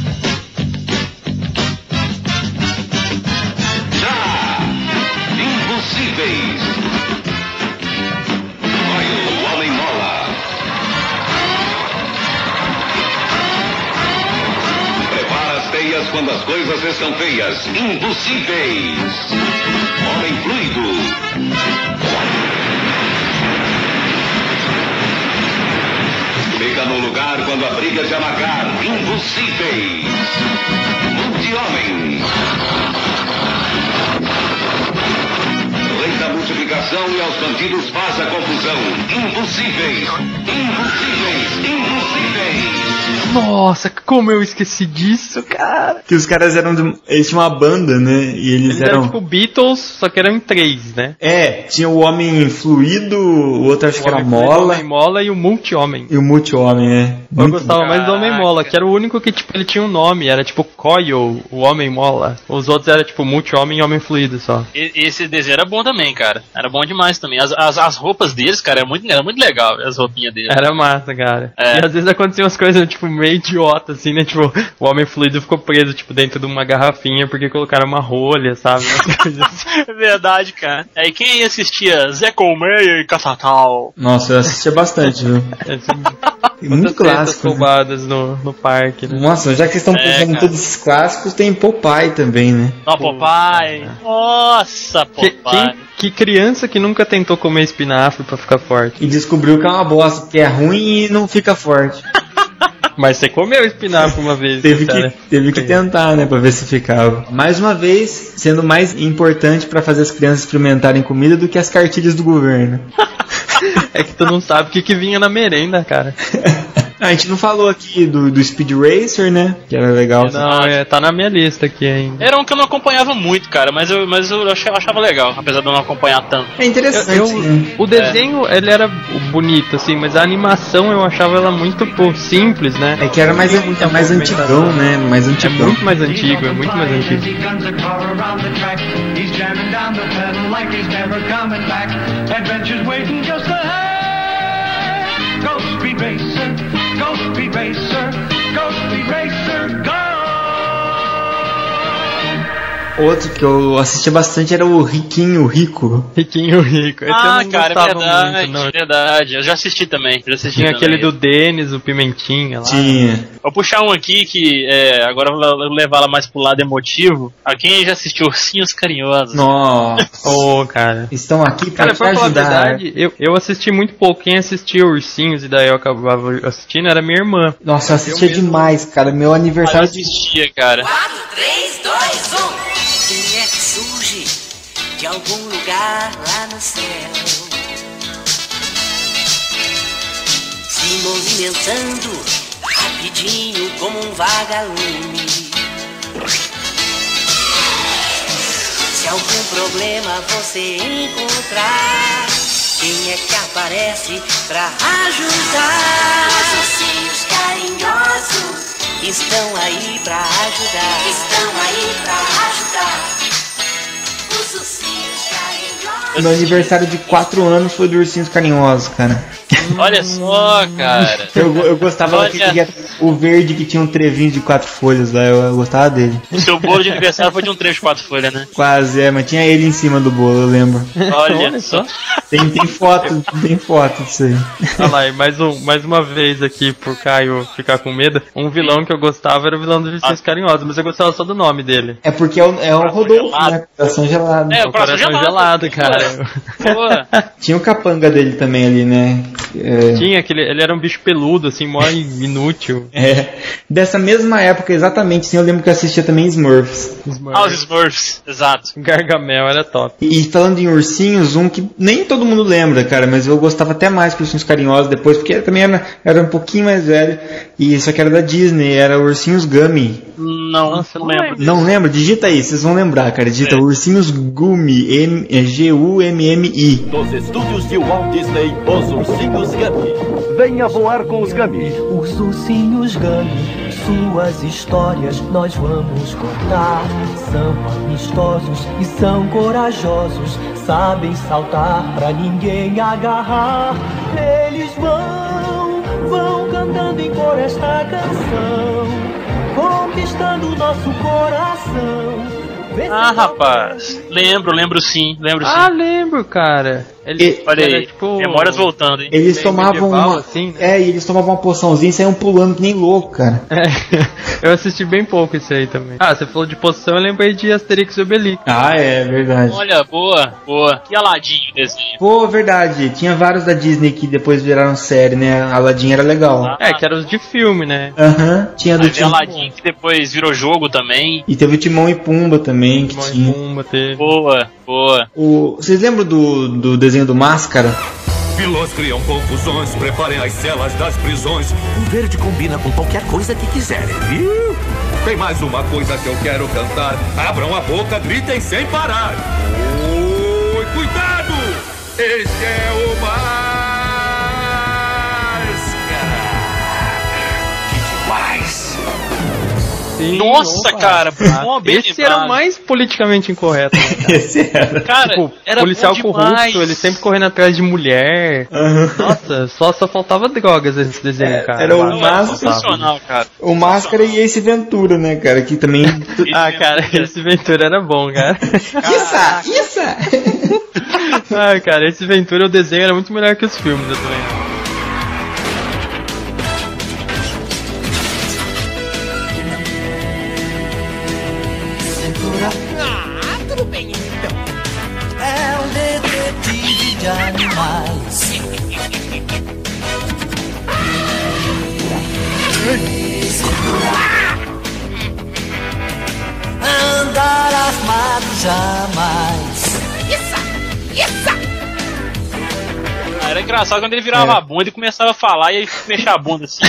Quando as coisas estão feias, impossíveis. Homem fluido. Fica no lugar quando a briga se amargar, impossíveis. Multi-homem. Lei da multiplicação e aos bandidos faz a confusão. Impossíveis. Impossíveis. Impossíveis. Nossa, como eu esqueci disso, cara. Que os caras eram de, eles tinham uma banda, né? E eles, eles eram... eram tipo Beatles, só que eram em três, né? É, tinha o Homem Fluido, o outro acho o que era Mola. O Homem Mola e o Multi-Homem. E o Multi-Homem, é. Eu gostava Caraca. mais do Homem Mola, que era o único que tipo, ele tinha um nome, era tipo Coil, o Homem Mola. Os outros eram tipo Multi-Homem e Homem Fluido só. E, esse desenho era bom também, cara. Era bom demais também. As, as, as roupas deles, cara, era muito, era muito legal, as roupinhas deles. Era massa, cara. É. E às vezes aconteciam umas coisas tipo meio idiota, assim, né? Tipo, o Homem Fluido ficou preso, tipo, dentro de uma garrafinha porque colocaram uma rolha, sabe? Assim. É verdade, cara. É, e quem assistia Zé Colmeia e Caçatal? Nossa, eu assistia bastante, viu? É, muito clássico. Roubadas né? no, no parque, né? Nossa, já que vocês estão pensando é, em todos esses clássicos, tem Popeye também, né? Ó, Popeye! Nossa, Popeye! Que, quem, que criança que nunca tentou comer espinafre pra ficar forte? E descobriu que é uma bosta, que é ruim e não fica forte. Mas você comeu espinafre uma vez. Teve, que, teve que tentar, né, pra ver se ficava. Mais uma vez, sendo mais importante pra fazer as crianças experimentarem comida do que as cartilhas do governo. É que tu não sabe o que, que vinha na merenda, cara. A gente não falou aqui do, do Speed Racer, né? Que era legal. Não, é, tá na minha lista aqui ainda. Era um que eu não acompanhava muito, cara, mas eu, mas eu achava, achava legal, apesar de eu não acompanhar tanto. É interessante. Eu, eu, o desenho, é. ele era bonito, assim, mas a animação eu achava ela muito pô, simples, né? É que era mais, é mais antigão, né? Mais antigão. É muito mais antigo, é muito mais antigo. Adventures waiting just ahead. Go Speed Racer, go Speed Racer, go Speed Racer, go! Outro que eu assistia bastante era o Riquinho Rico. Riquinho Rico. Esse ah, eu não cara, é verdade, muito, não. verdade. Eu já assisti também. Já assisti Tinha também. aquele do Denis, o Pimentinha lá. Tinha. Vou puxar um aqui que é, agora eu vou levar ela mais pro lado emotivo. A quem já assistiu Ursinhos Carinhosos? Nossa. Ô, oh, cara. Estão aqui pra cara, te pra ajudar. falar a verdade, eu, eu assisti muito pouco. Quem assistia Ursinhos e daí eu acabava assistindo era minha irmã. Nossa, eu assistia eu demais, cara. Meu aniversário. Ah, eu assistia, cara. quatro, três, dois, um. Quem é que surge de algum lugar lá no céu? Se movimentando rapidinho como um vagalume. Se algum problema você encontrar, quem é que aparece pra ajudar? Os ursinhos carinhosos estão aí pra ajudar. Estão aí pra ajudar. Os ursinhos carinhosos. Meu aniversário de quatro anos foi do Ursinhos Carinhosos, cara. Olha só, cara. Eu, eu gostava Olha. daquele, o verde que tinha um trevinho de quatro folhas lá, eu, eu gostava dele. O seu bolo de aniversário foi de um trecho de quatro folhas, né? Quase, é, mas tinha ele em cima do bolo, eu lembro. Olha, Olha só. Tem, tem foto, tem foto disso aí. Olha lá, e mais, um, mais uma vez aqui pro Caio ficar com medo. Um vilão que eu gostava era o vilão dos Ursinhos ah. Carinhosos, mas eu gostava só do nome dele. É porque é o, é o Rodolfo, né? Coração gelado. É, o coração, coração gelado, gelado, cara. Tinha o capanga dele também ali, né? É... Tinha, aquele, ele era um bicho peludo, assim, mó inútil. É. Dessa mesma época, exatamente, sim, eu lembro que eu assistia também Smurfs. Smurfs. Ah, os Smurfs, exato. Gargamel era top. E falando em ursinhos, um que nem todo mundo lembra, cara, mas eu gostava até mais que Ursinhos Carinhosos depois, porque também era, era um pouquinho mais velho, e isso aqui era da Disney, era Ursinhos Gummy. Não, Nossa, não lembro. Disso. Não lembro? Digita aí, vocês vão lembrar, cara. Digita é. Ursinhos Gummy, G U M M I. Dos estúdios de Walt Disney, os Ursinhos Gummy. Venha voar com os Gummy. Os Ursinhos Gummy, suas histórias nós vamos contar. São amistosos e são corajosos, sabem saltar pra ninguém agarrar. Eles vão, vão cantando em cor esta canção, conquistando nosso coração. Ah, rapaz, lembro, lembro sim, lembro sim. Ah, lembro, cara. Ele, Olha aí, tipo, memórias voltando, hein? Eles tomavam uma, assim, né? É, e eles tomavam uma poçãozinha e saíam pulando que nem louco, cara. É, eu assisti bem pouco isso aí também. Ah, você falou de poção, eu lembrei de Asterix e Obelix. Ah, é, verdade. Olha, boa, boa. Que Aladdin desenho. Pô, verdade. Tinha vários da Disney que depois viraram série, né? Aladdin era legal. Ah, é, que eram os de filme, né? Aham, uh-huh. Tinha do Timão. Aladdin que depois virou jogo também. E teve o Timão e Pumba também. Que Timão tinha. e Pumba teve. Boa, boa. O... Vocês lembram do, do desenho do Máscara? Vilões criam confusões, preparem as celas das prisões. O verde combina com qualquer coisa que quiserem, viu? Tem mais uma coisa que eu quero cantar. Abram a boca, gritem sem parar. Oi, cuidado! Esse é o Máscara. Que demais! Sim, Nossa, opa, cara, bom, bem esse lembrado. era o mais politicamente incorreto. Né, cara? Esse era. Cara, tipo, era policial bom corrupto, demais. ele sempre correndo atrás de mulher. Uhum. Nossa, só, só faltava drogas nesse desenho, É, cara. era o Não, Sensacional, cara. O Máscara e Ace Ventura, né, cara? Que também. Ah, cara, esse Ventura era bom, cara. Isso! Isso! Ah, cara, esse Ventura, o desenho era muito melhor que os filmes, eu também. Ah, tudo bem então. É um detetive de animais. Andar armado jamais. Era engraçado quando ele virava É. a bunda e começava a falar e aí mexia a bunda assim.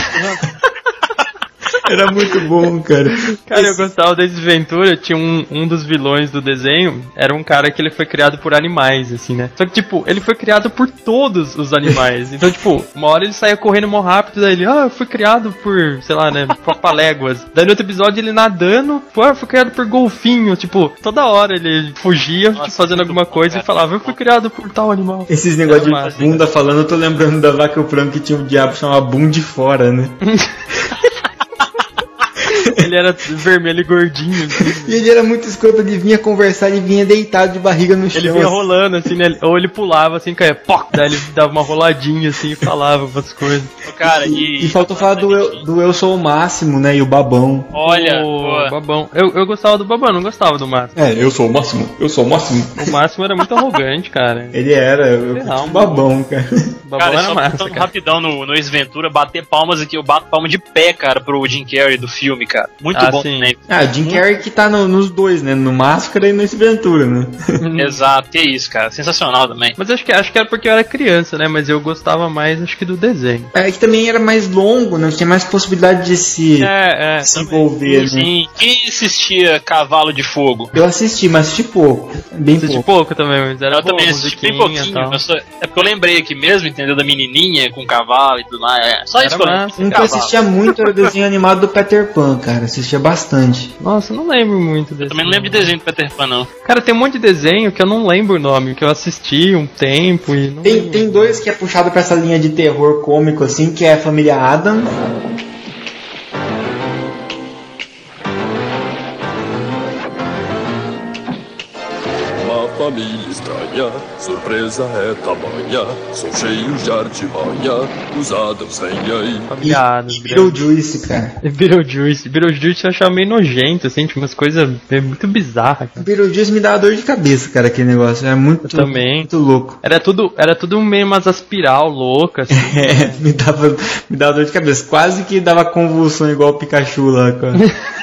Era muito bom, cara. Cara, eu gostava desse Ventura, tinha um, um dos vilões do desenho, era um cara que ele foi criado por animais, assim, né? Só que, tipo, ele foi criado por todos os animais. Então, tipo, uma hora ele saía correndo mó rápido, daí ele, ah, eu fui criado por, sei lá, né, papaléguas. Daí no outro episódio ele nadando, pô, eu fui criado por golfinho. Tipo, toda hora ele fugia, Nossa, tipo, fazendo alguma coisa e falava, eu fui criado por tal animal. Esses negócios Era de bunda falando, eu tô lembrando da Vaca e o Frango que tinha um diabo chamado Bum de Fora, né? Ele era vermelho e gordinho, assim. E ele era muito escroto, ele vinha conversar e vinha deitado de barriga no chão. Ele vinha rolando, assim, né? Ou ele pulava, assim, caia, pó! Daí ele dava uma roladinha, assim, e falava umas coisas. Cara, e... E faltou falar do eu, do eu Sou o Máximo, né? E o Babão. Olha, o boa. Babão. Eu, eu gostava do Babão, não gostava do Máximo. É, eu sou o Máximo, eu sou o Máximo. O Máximo era muito arrogante, cara. Ele era, eu Sei lá, curti o Babão, cara. O Babão Cara, era só massa, voltando cara. rapidão no, no Ace Ventura, bater palmas aqui, eu bato palma de pé, cara, pro Jim Carrey do filme, cara. Muito Ah, bom sim. também. Ah, o Jim Carrey que tá no- nos dois, né? No Máscara e no Ace Ventura, né? Exato, que isso, cara. Sensacional também. Mas acho que, acho que era porque eu era criança, né? Mas eu gostava mais, acho que do desenho. É que também era mais longo, né? Tinha mais possibilidade de se, É, é. se envolver, né? Sim. Quem assistia Cavalo de Fogo? Eu assisti, mas assisti pouco. Bem Assisti pouco. pouco também, mas era Eu boa, também assisti bem musiquinha e pouquinho. tal. mas só- é porque eu lembrei aqui mesmo, entendeu? Da menininha com cavalo e tudo mais. É. Só Era isso que eu lembro. massa. Um que eu Cavalo. assistia muito era o desenho animado do Peter Pan, cara. Assistia bastante. Nossa, eu não lembro muito desse. Eu também não lembro de desenho do Peter Pan, não. Cara, tem um monte de desenho que eu não lembro o nome, que eu assisti um tempo e não Tem, lembro. tem dois que é puxado pra essa linha de terror cômico, assim, que é a família Adam. Uma família estranha, surpresa é tamanha, são cheios de artimanha, os Adams vêm aí. Familiados, Beetlejuice, cara. Beetlejuice. Beetlejuice eu achava meio nojento, assim, tinha umas coisas é, muito bizarras. O Beetlejuice me dava dor de cabeça, cara, aquele negócio. Era muito, Eu também. muito louco. Era tudo, era tudo meio umas aspiral loucas. Assim. É, me dava, me dava dor de cabeça. Quase que dava convulsão igual o Pikachu lá, cara.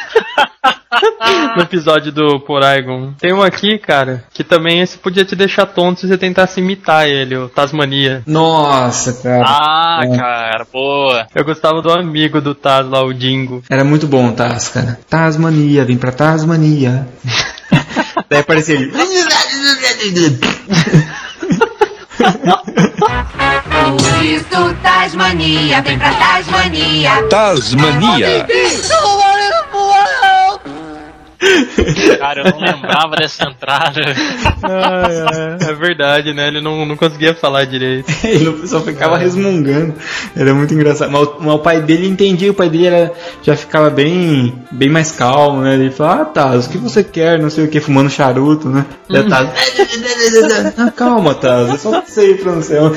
No episódio do Porygon. Tem um aqui, cara, que também esse podia te deixar tonto se você tentasse imitar ele, o Tasmania. Nossa, cara. Ah, É. cara, boa. Eu gostava do amigo do Taz lá, o Dingo. Era muito bom, Taz, cara. Tasmania, vem pra Tasmania. Daí aparecia ele. Por isso, Tasmania, vem pra Tasmania. Tasmania. Cara, eu não lembrava dessa entrada. Ah, é, é verdade, né? Ele não, não conseguia falar direito. Ele só ficava resmungando. Era muito engraçado. Mas, o- mas o pai dele entendia, o pai dele era, já ficava bem, bem mais calmo, né? Ele falava, ah, Taz, o que você quer? Não sei o que, fumando charuto, né? Daí Taz, ah, calma, Taz, é só você ir pra não sei onde.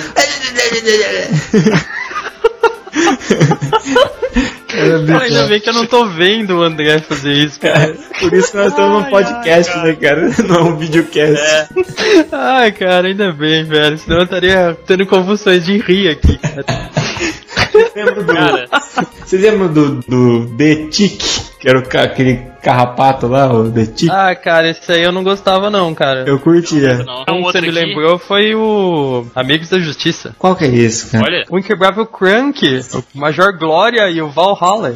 Era bem Cara, ainda bem que eu não tô vendo o André fazer isso, cara. Por isso que nós estamos num Ai, podcast, ai, né, cara? Não é um videocast. Ai, cara, ainda bem, velho. Senão eu estaria tendo convulsões de rir aqui, cara. Lembro do, Cara. Vocês lembram do, do The Tick? Que era o, ca- aquele carrapato lá, o The Tick? Ah, cara, esse aí eu não gostava não, cara. Eu curtia. Não, Um que você me lembrou foi o Amigos da Justiça. Qual que é esse, cara? Olha, O Inquebrável Crank, o Major Glória e o Valhalla.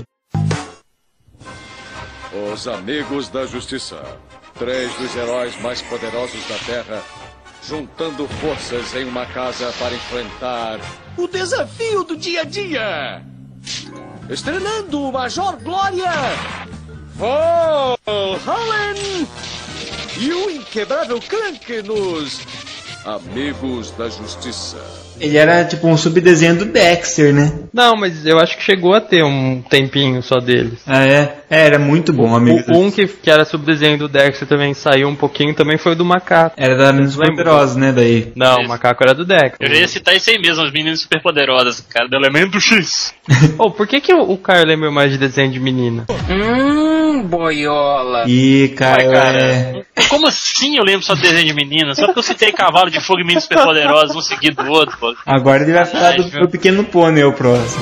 Os Amigos da Justiça, três dos heróis mais poderosos da Terra, juntando forças em uma casa para enfrentar O desafio do dia a dia. estrelando o Major Glória, Valhalla e o Inquebrável Crank nos Amigos da Justiça. Ele era tipo um subdesenho do Dexter, né? Não, mas eu acho que chegou a ter um tempinho só deles. Ah, é? É, era muito bom, amigo. O, um que, que era subdesenho do Dexter também saiu um pouquinho, também foi o do Macaco. Era da Meninas Lembra? Poderosas, né? Daí. Não, o Macaco era do Dexter. eu já ia citar isso aí mesmo, as meninas superpoderosas, cara, do Elemento X. Oh, por que, que o, o Carl lembra mais de desenho de menina? Hum, boiola. Ih, cara, Ai, cara, é... como assim eu lembro só de desenho de menina? Só porque eu citei Cavalo de Fogo e Meninos Superpoderosos, um seguido do outro, pô. Agora ele vai falar do, do Pequeno Pônei, o próximo.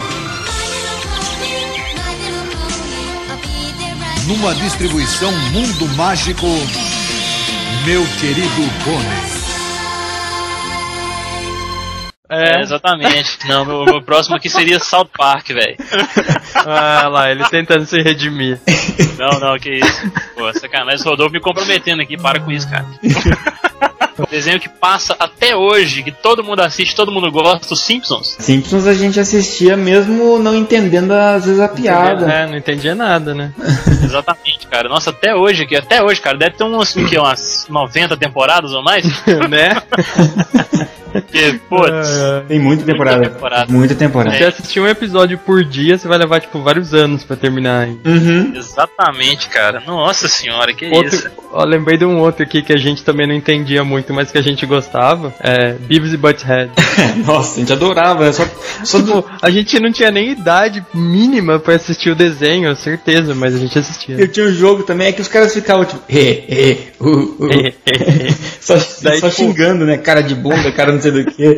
Numa distribuição Mundo Mágico, Meu Querido Pônei. É, exatamente. Não, meu, meu próximo aqui seria South Park, velho. Ah lá, ele tentando se redimir. Não, não, que isso. Pô, sacanagem. Rodolfo me comprometendo aqui, para com isso, cara. Desenho que passa até hoje, que todo mundo assiste, todo mundo gosta, os Simpsons. Simpsons a gente assistia mesmo não entendendo às vezes a piada. É, não entendia nada, né? Exatamente, cara. Nossa, até hoje aqui, até hoje, cara, deve ter umas, que, umas noventa temporadas ou mais. Né? Porque, putz, tem muita temporada. Muita temporada. Muita temporada. Se você assistir um episódio por dia, você vai levar, tipo, vários anos pra terminar. Uhum. Exatamente, cara. Nossa senhora, que outro, isso. Ó, lembrei de um outro aqui que a gente também não entendia muito, mas que a gente gostava. É Beavis e Butthead. Nossa, a gente adorava. Só, só tipo, do... a gente não tinha nem idade mínima pra assistir o desenho, certeza, mas a gente assistia. Eu tinha um jogo também, é que os caras ficavam, tipo, he, he, uh, uh. só, Daí, só tipo... xingando, né? Cara de bunda, cara não sei do que.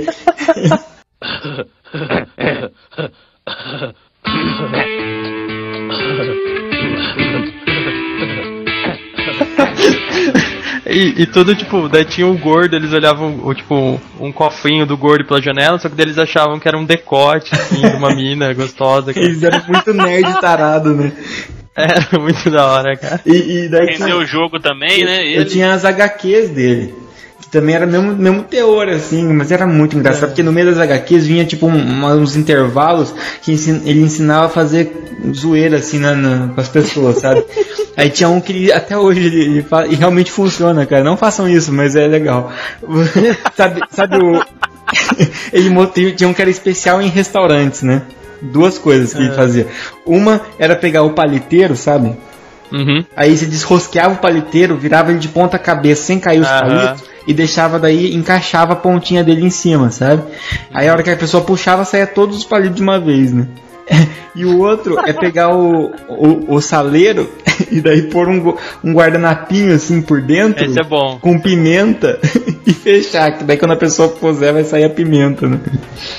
E, e tudo, tipo, daí tinha um gordo, eles olhavam, o, tipo, um cofrinho do gordo pela janela, só que daí eles achavam que era um decote, assim, de uma mina gostosa. Cara. Eles eram muito nerd tarado, né? Era muito da hora, cara. E, e daí tinha... o jogo também, né? Ele... Eu tinha as H Qs dele. Que também era mesmo, mesmo teor, assim, mas era muito engraçado, é. Porque no meio das H Qs vinha, tipo, um, uns intervalos que ensin, ele ensinava a fazer zoeira, assim, na, na, com as pessoas, sabe? Aí tinha um que ele, até hoje ele, ele fala, e realmente funciona, cara. Não façam isso, mas é legal. sabe, sabe o... ele tinha um que era especial em restaurantes, né? Duas coisas que é. ele fazia. Uma era pegar o paliteiro, sabe? Uhum. Aí você desrosqueava o paliteiro, virava ele de ponta cabeça sem cair os uhum. palitos e deixava daí, encaixava a pontinha dele em cima, sabe? Aí a hora que a pessoa puxava, saía todos os palitos de uma vez, né? E o outro é pegar o, o, o saleiro e daí pôr um, um guardanapinho assim por dentro. Esse é bom. Com pimenta e fechar, que daí quando a pessoa puser vai sair a pimenta, né?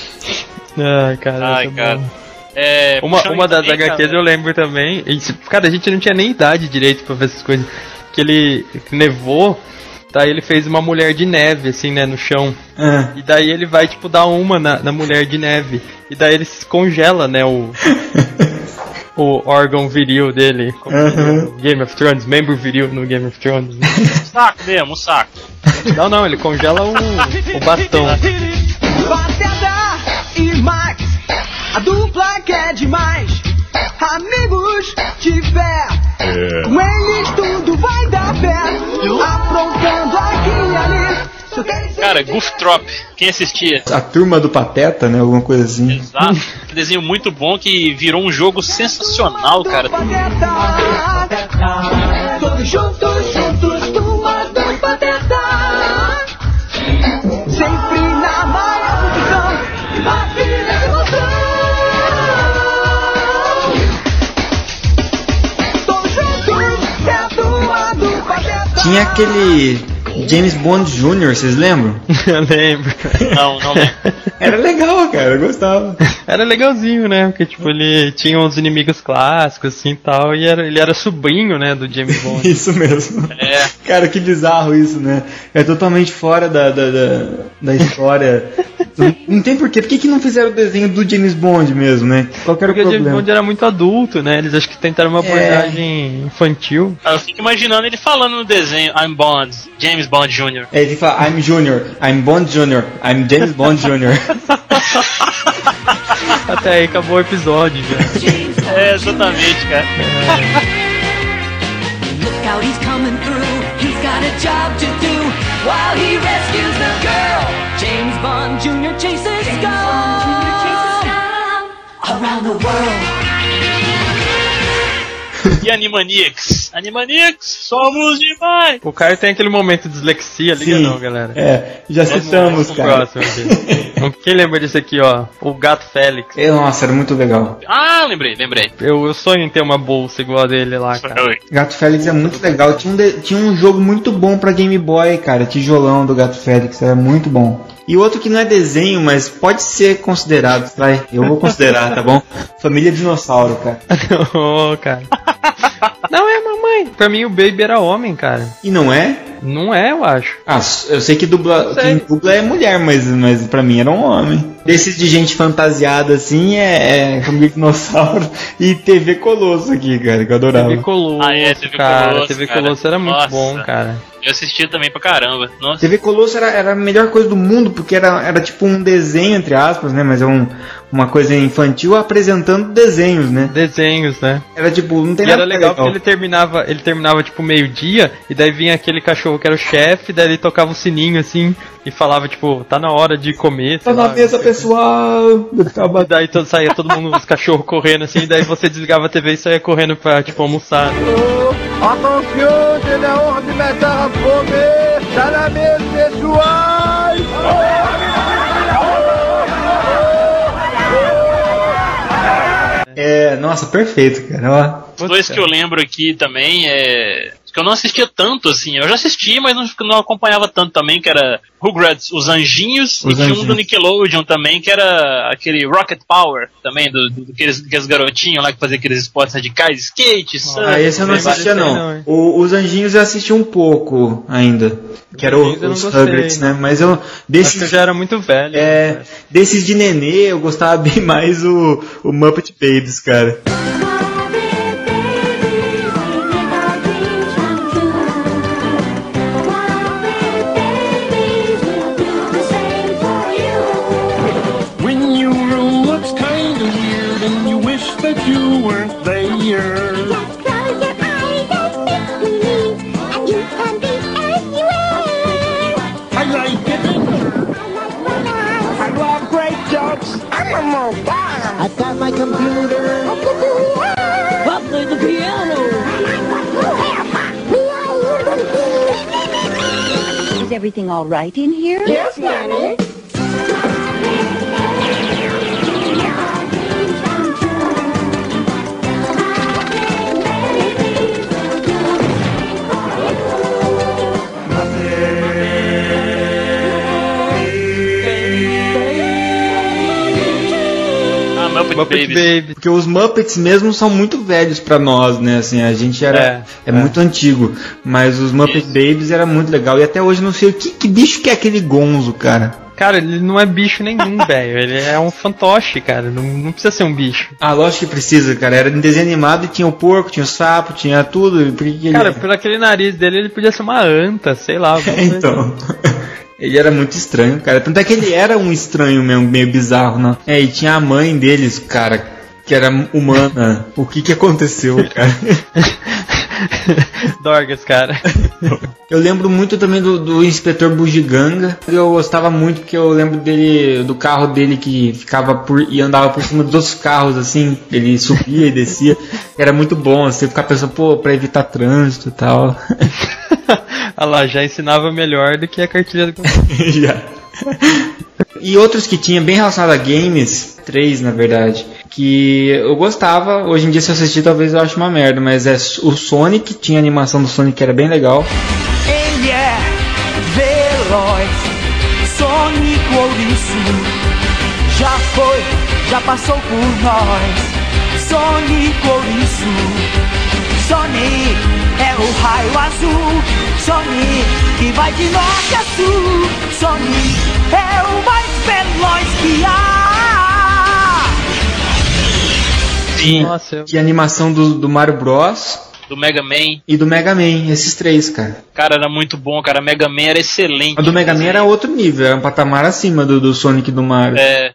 Ai, cara. Ai, cara. Bom. É, uma uma das também, H Qs cara. Eu lembro também. E, cara, a gente não tinha nem idade direito pra ver essas coisas. Que ele nevou, daí ele fez uma mulher de neve, assim, né, no chão. Ah. E daí ele vai, tipo, dar uma na, na mulher de neve. E daí ele se congela, né, o... o órgão viril dele. Como uhum. Game of Thrones, membro viril no Game of Thrones. Né? Saco mesmo, um saco. Não, não, ele congela o, o bastão. Pateta e Max, a dupla que é demais. Amigos tiver, é. Com eles tudo vai dar pé. Aprontando aqui e ali. Cara, Goof Trop, quem assistia? A Turma do Pateta, né? Alguma coisa assim. Exato. Que desenho muito bom que virou um jogo sensacional, cara. Todos juntos, juntos, Turma do Pateta. Sempre na maior função e na filha de emoção. Todos juntos, é a Turma do Pateta. Tinha aquele... James Bond Júnior, vocês lembram? Eu lembro. Não, não lembro. Era legal, cara, eu gostava. Era legalzinho, né? Porque, tipo, ele tinha uns inimigos clássicos, assim, e tal, e era, ele era sobrinho, né, do James Bond. Isso mesmo. É. Cara, que bizarro isso, né? É totalmente fora da, da, da, da história. Não, não tem porquê. Por que, que não fizeram o desenho do James Bond mesmo, né? Qual que era Porque o problema? o James Bond era muito adulto, né? Eles acho que tentaram uma abordagem é. infantil. Eu fico imaginando ele falando no desenho, I'm Bond, James Bond Júnior É, ele fala, I'm Junior, I'm Bond Junior, I'm James Bond Junior Até aí acabou o episódio já. É, exatamente, cara. É. Look out, he's coming through. He's got a job to do while he rescues the girl. James Bond Junior chases scum around the world. E Animaniacs? Animaniacs, somos demais! O cara tem aquele momento de dislexia, liga Sim, não, galera. É, já Vamos, citamos, vamos cara. Próximo aqui. Quem lembra desse aqui, ó? O Gato Félix. É, nossa, era muito legal. Ah, lembrei, lembrei. Eu, eu sonho em ter uma bolsa igual a dele lá, cara. Gato Félix é muito legal. Tinha um, de, tinha um jogo muito bom pra Game Boy, cara. Tijolão do Gato Félix, era muito bom. E outro que não é desenho, mas pode ser considerado, vai. Eu vou considerar, tá bom? Família Dinossauro, cara. Ô, oh, cara. Não é, mamãe. Pra mim o Baby era homem, cara. E não é? Não é, eu acho. Ah, eu sei que dubla, quem dubla é mulher, mas, mas pra mim era um homem. Desses de gente fantasiada assim é, é Família Dinossauro e T V Colosso aqui, cara, que eu adorava. T V Colosso, Ah, é, T V cara. Colosso, T V cara. Colosso era muito Nossa. bom, cara. Eu assistia também pra caramba. Nossa. T V Colosso era, era a melhor coisa do mundo, porque era, era tipo um desenho, entre aspas, né? Mas é um, uma coisa infantil apresentando desenhos, né? Desenhos, né? Era tipo, não tem E nada era legal porque ele terminava, ele terminava tipo meio-dia, e daí vinha aquele cachorro que era o chefe, daí ele tocava o sininho assim, e falava tipo, tá na hora de comer. Tá sei na lá, mesa, pessoal! E daí todo, saía todo mundo, os cachorros correndo assim, e daí você desligava a T V e saía correndo pra tipo almoçar. Atenção, tem a honra de meter a fome, tá na mesa, pessoal! É, nossa, perfeito, cara. Ó. Os dois que eu lembro aqui também é. Que eu não assistia tanto, assim. Eu já assistia, mas não, não acompanhava tanto também, que era Rugrats, Os Anjinhos, Os e tinha um Anjinhos. do Nickelodeon também, que era aquele Rocket Power, também, do, do, daqueles, daqueles garotinhos lá que faziam aqueles esportes radicais, skate, surf. Ah, esse eu não assistia não. O, os Anjinhos eu assisti um pouco ainda. Que era o, Anjinhos eu não os gostei. Rugrats, né? Mas eu. Desses, Acho que eu já era muito velho. É, desses de nenê, eu gostava bem mais o, o Muppet Babies, cara. When your room looks kinda weird and you wish that you weren't there. Just close your eyes and make believe, and you can be anywhere. I like it. I love great jokes. I'm a mobile. I've got my computer. I can do it. I'll play the piano. Is everything all right in here? Yes, Nanny. Ah, Muppet, Muppet Babies. Babies. Porque os Muppets mesmo são muito velhos pra nós, né? Assim, a gente era. É, É, muito antigo. Mas os Muppet Babies era muito legal. E até hoje eu não sei o que, que bicho que é aquele Gonzo, cara. Cara, ele não é bicho nenhum, velho. Ele é um fantoche, cara. Não, não precisa ser um bicho. Ah, lógico que precisa, cara. Era em desenho animado e tinha o porco, tinha o sapo, tinha tudo. Por que que ele... Cara, por aquele nariz dele, ele podia ser uma anta, sei lá. alguma coisa. Então. Ele era muito estranho, cara. Tanto é que ele era um estranho mesmo, meio bizarro, não? É, e tinha a mãe deles, cara, que era humana. O que que aconteceu, cara? Dorgas, cara. Eu lembro muito também do, do Inspetor Bugiganga. Eu gostava muito porque eu lembro dele, do carro dele que ficava por e andava por cima dos carros, assim. Ele subia e descia. Era muito bom, você ficar pensando, pô, pra evitar trânsito e tal. Olha lá, já ensinava melhor do que a cartilha do Já. E outros que tinha bem relacionado a games, três na verdade, que eu gostava, hoje em dia se eu assistir talvez eu ache uma merda, mas é o Sonic, tinha a animação do Sonic que era bem legal. Ele é veloz, Sonic Ouriço. Já foi, já passou por nós. Sonic Ouriço. Sonic é o raio azul. Sonic que vai de norte a sul. Sonic é o mais veloz que há. Sim. Nossa, eu... Tinha a animação do, do Mario Bros. Do Mega Man. E do Mega Man, esses três, cara. Cara, era muito bom, cara. Mega Man era excelente. A do Mega Man era outro nível, era um patamar acima do, do Sonic e do Mario. É.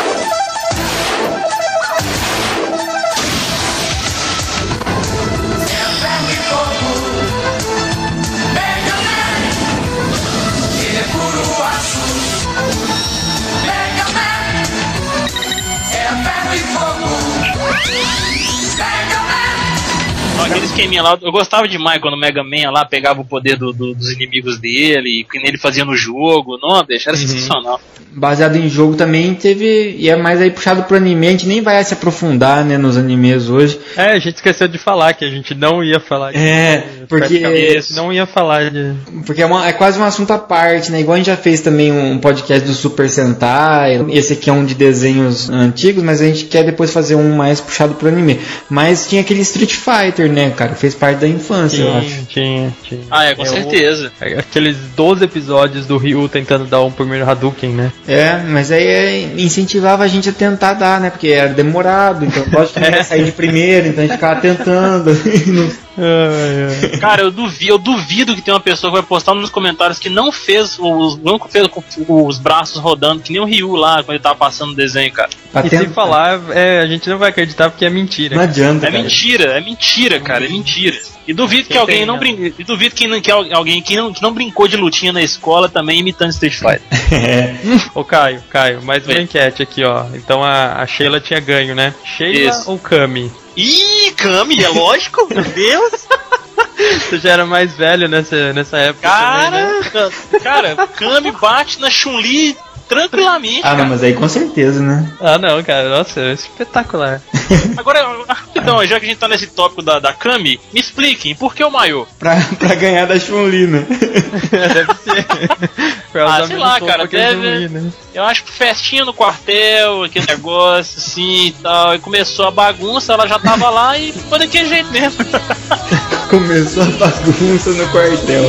Aquele esqueminha lá, eu gostava demais quando o Mega Man lá pegava o poder do, do, dos inimigos dele, e que ele fazia no jogo. Não, deixa, era Uhum. sensacional. Baseado em jogo também teve, e é mais aí puxado pro anime, a gente nem vai se aprofundar, né, nos animes hoje. É, a gente esqueceu de falar que a gente não ia falar. É, porque não ia falar de... Porque é, uma, é quase um assunto à parte, né? Igual a gente já fez também um podcast do Super Sentai. Esse aqui é um de desenhos antigos, mas a gente quer depois fazer um mais puxado pro anime. Mas tinha aquele Street Fighter, né? né, cara? Fez parte da infância, eu Tinha, acho. tinha, tinha. Ah, é, com É, certeza. o- aqueles doze episódios do Ryu tentando dar um primeiro Hadouken, né? É, mas aí é, incentivava a gente a tentar dar, né? Porque era demorado, então pode que não ia sair de primeiro, então a gente ficava tentando. E não- Cara, eu duvido, eu duvido que tem uma pessoa que vai postar nos comentários que não fez os, não fez os braços rodando, que nem o Ryu lá quando ele tava passando o desenho, cara. Pra E tentar. sem falar, é, a gente não vai acreditar porque é mentira. Não adianta, É cara. mentira, é mentira, cara, é mentira. E duvido que Quem alguém tem, não né? brin... e duvido que, não- que al- alguém que não, que não brincou de lutinha na escola também imitando Street Fighter. É. Ô Caio, Caio, mais uma Oi. enquete aqui, ó. Então a, a Sheila tinha ganho, né? Sheila Isso. ou Kami? Ih, Kami, é lógico, meu Deus. Você já era mais velho nessa, nessa época também, né? Cara, cara, Kami bate na Chun-Li tranquilamente. Ah, não, mas aí com certeza, né? Ah, não, cara, nossa, é espetacular. Agora, rapidão, já que a gente tá nesse tópico da, da Kami, me expliquem, por que o maiô? Pra, pra ganhar da Chun-Li, né? Deve ser. Pra Ah, usar sei mesmo lá, soco cara, aquele deve- zumbi, né? Eu acho que festinha no quartel, aquele negócio assim e tal, e começou a bagunça, ela já tava lá e ficou daquele jeito mesmo. Começou a bagunça no quartel.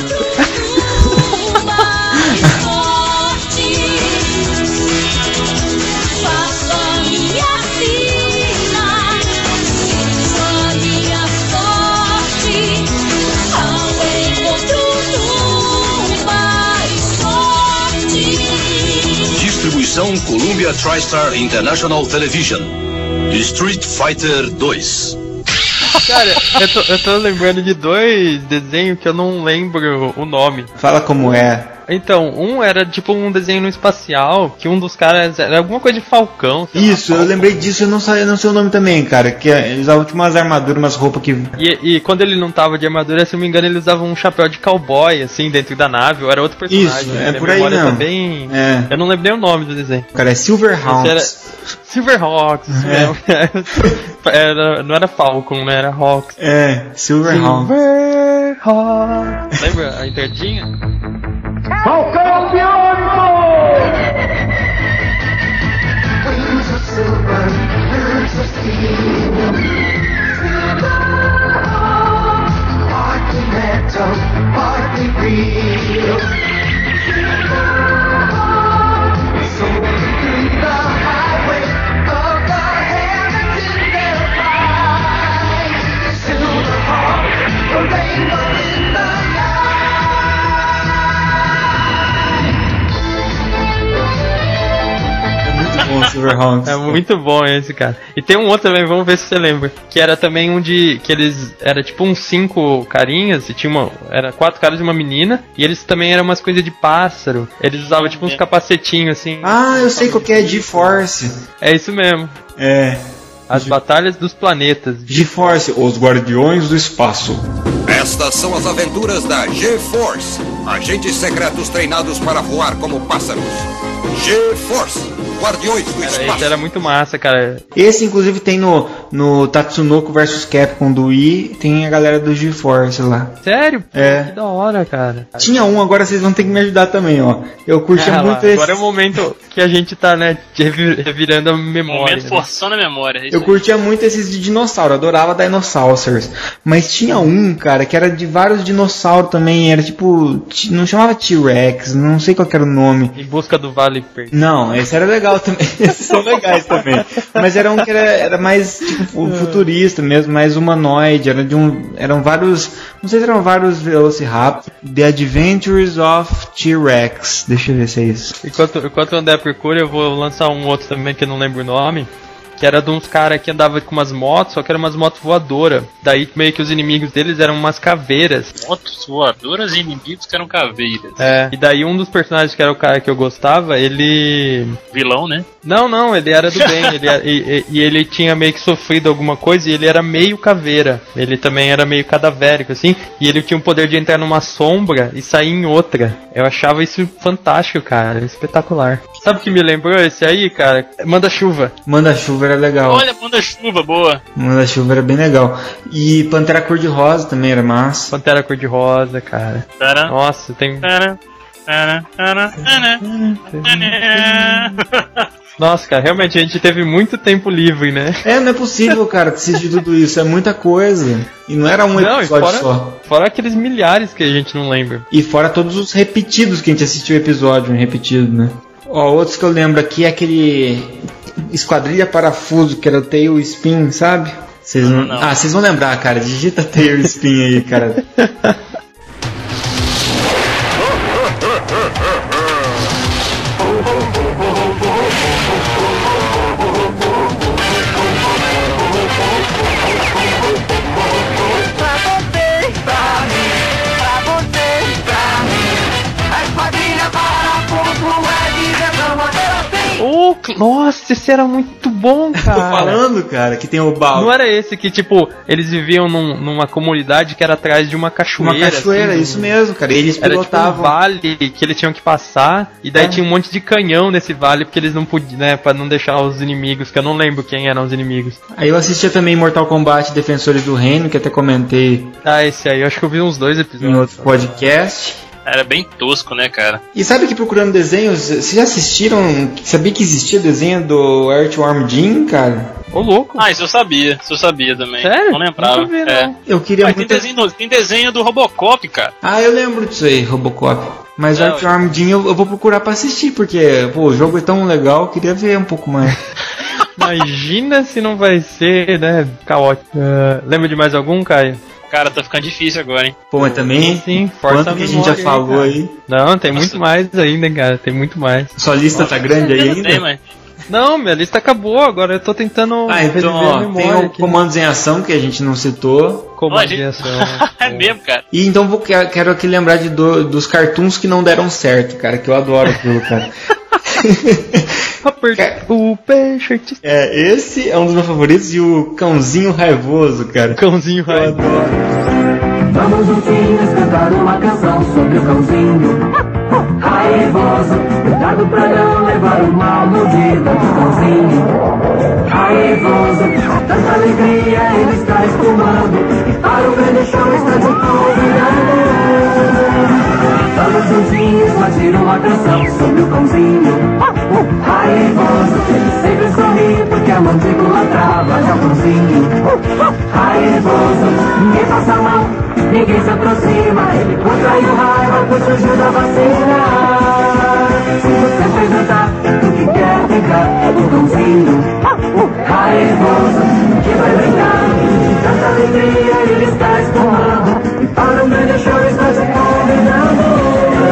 Faça minha fila, sua minha sorte, ao encontro do mais forte. Distribuição Columbia TriStar International Television. Street Fighter dois. Cara, eu tô, eu tô lembrando de dois desenhos que eu não lembro o nome. Fala como é. Então, um era tipo um desenho no espacial, que um dos caras era alguma coisa de falcão. sei lá, Isso, eu falcão. lembrei disso, eu não sei, eu não sei o nome também, cara. Que é- eles usavam tipo umas armaduras, umas roupas que. E, e quando ele não tava de armadura, se não me engano, ele usava um chapéu de cowboy, assim, dentro da nave, ou era outro personagem. Isso, é Minha por aí memória tá mesmo. bem... É. Eu não lembro nem o nome do desenho. Cara, é Silverhawks. Esse era Silverhawks, isso É. mesmo. Era, não era Falcon, né? Era Hawks. É, Silverhawks. Silverhawks. Lembra a entradinha? Falcão Biônico! Wings of silver, birds of steel. Silverhawks, partly metal, partly real. Silverhawks, soaring through the highway of the heavens in their flight. Silverhawks, a rainbow in the Bom, Silverhawks. É muito bom esse, cara. E tem um outro também, vamos ver se você lembra. Que era também um de. Que eles. Era tipo uns cinco carinhas. E tinha uma. Era quatro caras e uma menina. E eles também eram umas coisas de pássaro. Eles usavam tipo uns capacetinhos assim. Ah, eu sei qual que é GeForce. É isso mesmo. É. As batalhas dos planetas. GeForce, os Guardiões do Espaço. Estas são as aventuras da G-Force, agentes secretos treinados para voar como pássaros. G-Force, Guardiões do Cara, Espaço. esse era muito massa, cara. Esse, inclusive, tem no, no Tatsunoko versus. Capcom do Wii, tem a galera do GeForce lá. Sério? É. Que da hora, cara. Tinha um, agora vocês vão ter que me ajudar também, ó. Eu curtia Ah, lá, muito esse. agora é o momento que a gente tá, né, revi- revirando a memória. Momento né? forçando a memória. é isso Eu aí. curtia muito esses de dinossauro, adorava Dinosaurs. Mas tinha um, cara, que era de vários dinossauros também. Era tipo. ti- Não chamava T-Rex, não sei qual que era o nome. Em busca do Vale Perdido. Não, esse era legal também. Esses são legais também. Mas era um que era, era mais tipo fu- futurista mesmo, mais humanoide. Era de um, eram vários. Não sei se eram vários Velociraptor. The Adventures of T-Rex. Deixa eu ver se é isso. Enquanto, enquanto o André procura, eu vou lançar um outro também que eu não lembro o nome. Que era de uns caras que andavam com umas motos, só que eram umas motos voadoras. Daí meio que os inimigos deles eram umas caveiras. Motos voadoras e inimigos que eram caveiras. É. E daí um dos personagens que era o cara que eu gostava, ele. Vilão, né? Não, não, ele era do bem. ele era- e, e- e ele tinha meio que sofrido alguma coisa e ele era meio caveira. Ele também era meio cadavérico, assim. E ele tinha o poder de entrar numa sombra e sair em outra. Eu achava isso fantástico, cara. Espetacular. Sabe o que me lembrou esse aí, cara? Manda-chuva. Manda-chuva era legal. Olha, manda-chuva, boa. Manda-chuva era bem legal. E Pantera Cor-de-Rosa também era massa. Pantera Cor-de-Rosa, cara. Tara, Nossa, tem. tara, tara, tara, tara, tara. Nossa, cara, realmente a gente teve muito tempo livre, né? É, não é possível, cara, assistir tudo isso. É muita coisa. E não era um não, episódio fora, só. Fora aqueles milhares que a gente não lembra. E fora todos os repetidos que a gente assistiu o episódio, repetido, né? Ó, outros que eu lembro aqui é aquele Esquadrilha Parafuso, que era o Tailspin, sabe? Cês não... Não. Ah, vocês vão lembrar, cara. Digita Tailspin aí, cara. Oh, nossa, esse era muito bom, cara. Tô falando, cara, que tem o baú. Não era esse que, tipo, eles viviam num, numa comunidade que era atrás de uma cachoeira. Uma cachoeira, assim, isso mesmo, cara. E eles era pilotavam. Tipo um vale que eles tinham que passar. E daí é. tinha um monte de canhão nesse vale, porque eles não podiam, né, pra não deixar os inimigos, que eu não lembro quem eram os inimigos. Aí eu assistia também Mortal Kombat Defensores do Reino, que até comentei. Ah, esse aí, eu acho que eu vi uns dois episódios. Em outro podcast. Era bem tosco, né, cara? E sabe que procurando desenhos, vocês já assistiram? Sabia que existia desenho do Earthworm Jim, cara? Ô, louco. Ah, isso eu sabia, isso eu sabia também. Sério? Não lembrava. Nunca vi, não. É. Eu queria Mas muito... tem, desenho, tem desenho do Robocop, cara. Ah, eu lembro disso aí, Robocop. Mas o Earthworm Jim eu, eu vou procurar pra assistir, porque pô, o jogo é tão legal, eu queria ver um pouco mais. Imagina se não vai ser, né, caótico. Uh, lembra de mais algum, Caio? Cara, tá ficando difícil agora, hein? Pô, mas também, sim, força quanto que a gente já falou aí, aí? Não, tem Nossa. muito mais ainda, cara, tem muito mais. Sua lista Nossa, tá grande aí ainda? Tem, mas... Não, minha lista acabou, agora eu tô tentando ah, então, ó, a tem o aqui. Comandos em Ação, que a gente não citou. Comandos em Ação. É mesmo, cara. E então vou, quero aqui lembrar de do, dos cartoons que não deram certo, cara, que eu adoro aquilo, cara. O peixe. É, esse é um dos meus favoritos e o Cãozinho Raivoso, cara. Cãozinho Raivoso. Vamos juntinhos cantar uma canção sobre o cãozinho raivoso. Cuidado pra não levar uma mordida do cãozinho raivoso. Tanta alegria ele está espumando e para o grande show está te convidando. Vamos juntinhos bater uma canção sobre o cãozinho raivoso. Ele sempre sorri porque a mandíbula trava de cãozinho raivoso. Ninguém passa a mão, ninguém se aproxima. Ele contraiu raiva pois fugiu da vacina. Se você perguntar do que quer brincar, é do cãozinho raivoso que vai brincar. Tanta alegria ele está espumando e para o grande show está te convidando.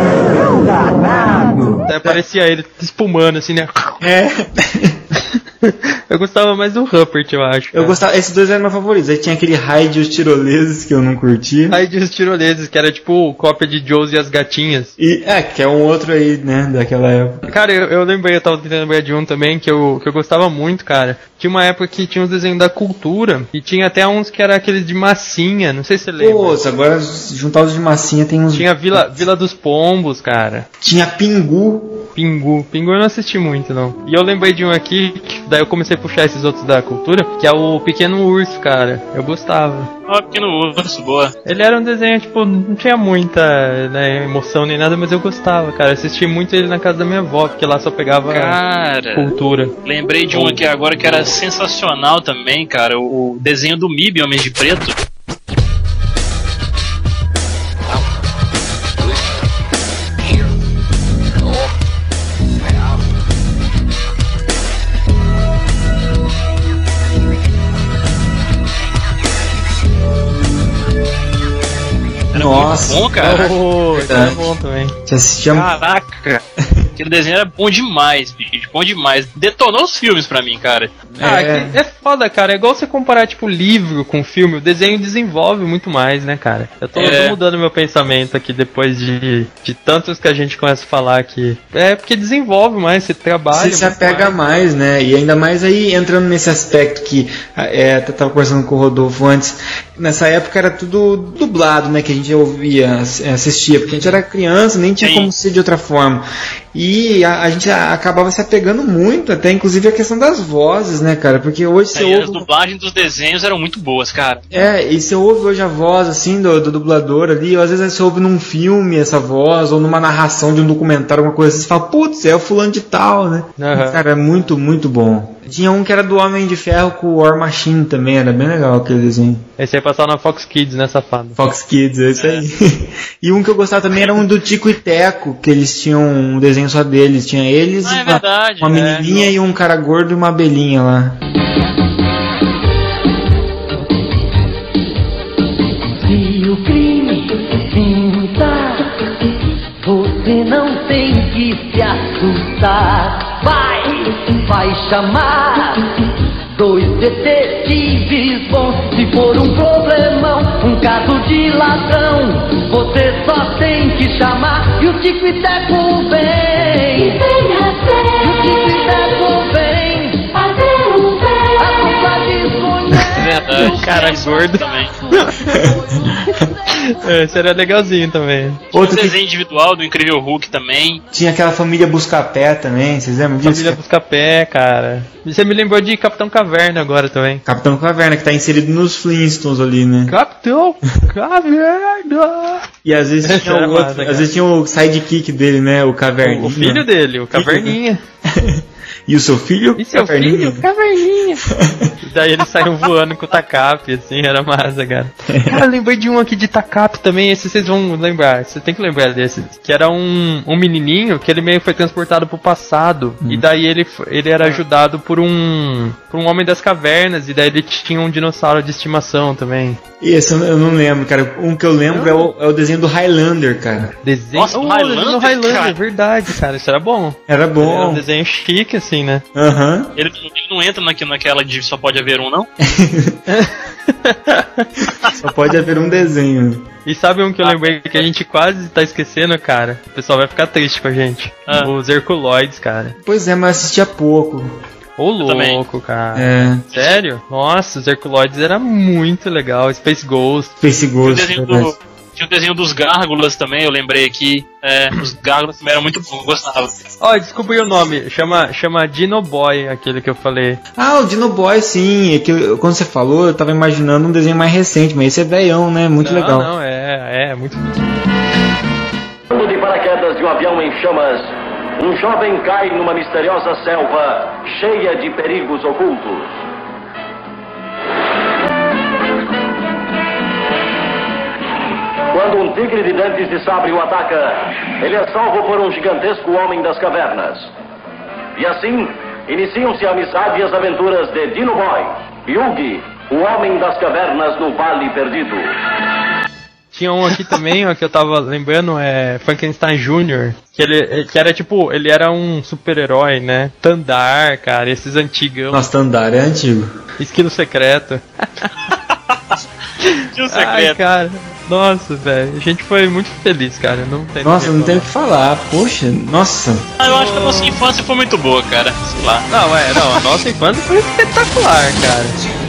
Até parecia ele espumando assim, né? É. Eu gostava mais do Rupert, eu acho. Cara. Eu gostava, esses dois eram meus favoritos. Aí tinha aquele Hyde e os Tiroleses que eu não curti. Hyde e os Tiroleses, que era tipo cópia de Josie e as Gatinhas. E, é, que é um outro aí, né, daquela época. Cara, eu, eu lembrei, eu tava tentando lembrar de um também que eu, que eu gostava muito, cara. Tinha uma época que tinha os desenhos da Cultura e tinha até uns que era aqueles de massinha, não sei se você lembra. Pô, agora juntar os de massinha tem uns... Tinha Vila, Vila dos Pombos, cara. Tinha Pingu. Pingu. Pingu eu não assisti muito, não. E eu lembrei de um aqui, que daí eu comecei a puxar esses outros da Cultura, que é o Pequeno Urso, cara. Eu gostava. Ó, oh, Pequeno Urso, boa. Ele era um desenho, tipo, não tinha muita, né, emoção nem nada, mas eu gostava, cara. Assisti muito ele na casa da minha avó, porque lá só pegava cara, Cultura. Lembrei de um aqui agora que era sensacional também, cara. O desenho do Mib, Homem de Preto. Nossa, bom, cara. Oh, era bom também. Você assistia... Caraca, aquele desenho era bom demais, bicho, bom demais. Detonou os filmes pra mim, cara. Ah, é, é foda, cara. É igual você comparar, tipo, livro com filme. O desenho desenvolve muito mais, né, cara? Eu tô, é. tô mudando meu pensamento aqui depois de, de tantos que a gente começa a falar aqui. É porque desenvolve mais, você trabalha. Você se apega mais. mais, né? E ainda mais aí entrando nesse aspecto que é, eu tava conversando com o Rodolfo antes. Nessa época era tudo dublado, né? Que a gente ouvia, assistia. Porque a gente era criança, nem tinha Sim. como ser de outra forma. E a, a gente acabava se apegando muito, até inclusive a questão das vozes, né, cara? Porque hoje você É, ouve... as dublagens dos desenhos eram muito boas, cara. É, e você ouve hoje a voz, assim, do, do dublador ali, ou às vezes você ouve num filme essa voz, ou numa narração de um documentário, alguma coisa assim, você fala, putz, é o fulano de tal, né? Uhum. Cara, é muito, muito bom. Tinha um que era do Homem de Ferro com o War Machine também, era bem legal aquele desenho. Esse aí passava na Fox Kids, né, safado? Fox Kids, é isso aí. E um que eu gostava também era um do Tico e Teco, que eles tinham um desenho só deles. Tinha eles, Ah, é uma, verdade, uma é. menininha e um cara gordo e uma abelhinha lá. Se o crime pintar, você não tem que se assustar. Vai, vai chamar dois detetives bons. Se for um problemão, um caso de ladrão, você só tem que chamar e o Tico e Teco vem. E venha ser. E o Tico e Teco vem fazer o bem. A culpa desconhece. Verdade. Cara gordo. Também. É, esse era legalzinho também. Outro o que desenho individual do Incrível Hulk também. tinha aquela família Buscapé também, vocês lembram disso? Família Buscapé, cara. Você me lembrou de Capitão Caverna agora também. Capitão Caverna, que tá inserido nos Flintstones ali, né? Capitão Caverna! E às vezes tinha Era o outro, massa, cara. às vezes tinha o sidekick dele, né? O Caverninha. O, o filho dele, o Caverninha. E o seu filho? E seu Caverninha? filho? Caverninha. E daí eles saíram voando com o Takap, assim, era massa, cara. Cara, eu lembrei de um aqui de Takap também, esse vocês vão lembrar, você tem que lembrar desse. Que era um, um menininho que ele meio foi transportado pro passado. Hum. E daí ele, ele era ajudado por um por um homem das cavernas. E daí ele tinha um dinossauro de estimação também. Esse eu não lembro, cara. Um que eu lembro é o, é o desenho do Highlander, cara. Desenho? Nossa, oh, Highlander, desenho do Highlander, cara. verdade, cara. Isso era bom. Era bom. Era um desenho chique, assim, né? Aham. Uhum. Ele, ele não entra naque- naquela de só pode haver um, não? Só pode haver um desenho. E sabe um que eu lembrei que a gente quase tá esquecendo, cara? O pessoal vai ficar triste com a gente. Ah. Os Herculoides, cara. Pois é, mas assistia pouco. Ô louco, também. cara. É. Sério? Nossa, os Herculoides era muito legal. Space Ghost. Space Tinha o Ghost. desenho, verdade. do, tinha o desenho dos Gárgulas também, eu lembrei aqui. É, os Gárgulas também eram muito bons, eu gostava. Ó, descobri o nome. Chama, chama Dino Boy, aquele que eu falei. Ah, o Dino Boy, sim. É que eu- quando você falou, eu tava imaginando um desenho mais recente, mas esse é velhão, né? Muito não, legal. Não, é, é, muito. Pulando de paraquedas de um avião em chamas, um jovem cai numa misteriosa selva cheia de perigos ocultos. Quando um tigre de dentes de sabre o ataca, ele é salvo por um gigantesco homem das cavernas. E assim, iniciam-se a amizade e as aventuras de Dino Boy, Yugi, o homem das cavernas no Vale Perdido. Tinha um aqui também, ó, que eu tava lembrando, é Frankenstein Júnior Que ele que era tipo, ele era um super-herói, né? Tandar, cara, esses antigão. Nossa, Tandar é antigo. Esquilo secreto. Tinha um Ai, secreto. cara. Nossa, velho. A gente foi muito feliz, cara. Não tem Nossa, que não tem o que falar. Poxa, nossa. Ah, eu acho que a nossa infância foi muito boa, cara. Sei lá. Não, é, não, a nossa infância foi espetacular, cara.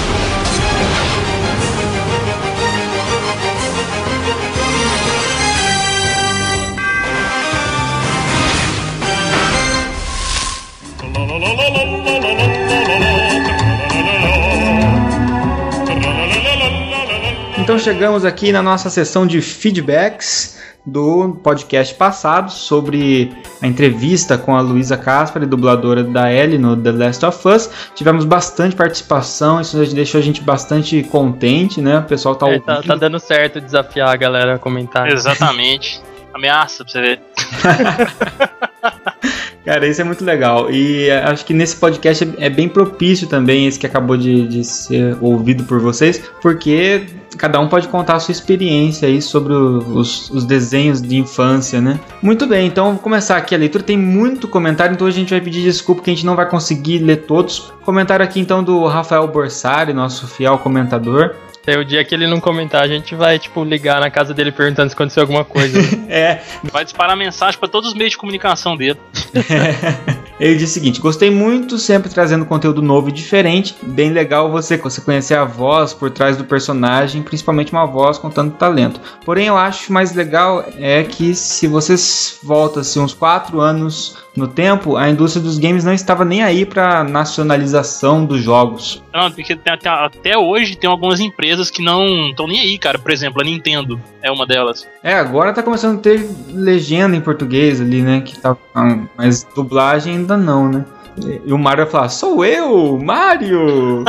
Então chegamos aqui na nossa sessão de feedbacks do podcast passado sobre a entrevista com a Luísa Caspari, dubladora da Ellie no The Last of Us. Tivemos bastante participação, isso deixou a gente bastante contente, né? O pessoal tá É, ouvindo. tá, tá dando certo desafiar a galera a comentar. Exatamente. Ameaça pra você ver. Cara, isso é muito legal. E é, acho que nesse podcast é, é bem propício também, esse que acabou de, de ser ouvido por vocês, porque cada um pode contar a sua experiência aí sobre o, os, os desenhos de infância, né? Muito bem, então vamos começar aqui a leitura. Tem muito comentário, então a gente vai pedir desculpa que a gente não vai conseguir ler todos. Comentário aqui então do Rafael Borsari, nosso fiel comentador. Até o dia que ele não comentar, a gente vai, tipo, ligar na casa dele perguntando se aconteceu alguma coisa. É. Vai disparar mensagem pra todos os meios de comunicação dele. Ele diz o seguinte: gostei muito, sempre trazendo conteúdo novo e diferente. Bem legal você, você conhecer a voz por trás do personagem, principalmente uma voz com tanto talento. Porém, eu acho mais legal é que se vocês voltam assim, uns quatro anos no tempo, a indústria dos games não estava nem aí pra nacionalização dos jogos. Não, porque até, até hoje tem algumas empresas que não estão nem aí, cara. Por exemplo, a Nintendo é uma delas. É, agora tá começando a ter legenda em português ali, né? Que tá, mas dublagem ainda não, né? E o Mario vai falar: sou eu, Mario!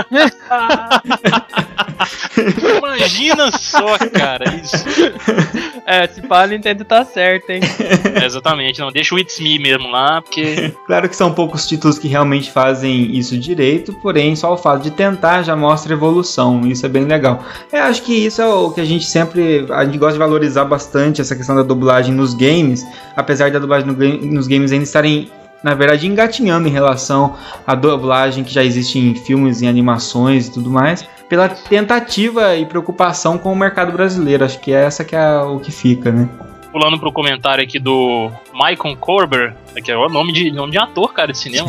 Imagina só, cara, isso. É, se pá, a Nintendo tá certo, hein? É, exatamente, não, deixa o It's Me mesmo lá, porque... Claro que são poucos títulos que realmente fazem isso direito, porém só o fato de tentar já mostra evolução, isso é bem legal. Eu acho que isso é o que a gente sempre, a gente gosta de valorizar bastante, essa questão da dublagem nos games, apesar da dublagem no game, nos games ainda estarem, na verdade, engatinhando em relação à dublagem que já existe em filmes, em animações e tudo mais, pela tentativa e preocupação com o mercado brasileiro. Acho que é essa que é o que fica, né? Pulando pro comentário aqui do Michael Corber, que é o nome de, nome de ator, cara, de cinema.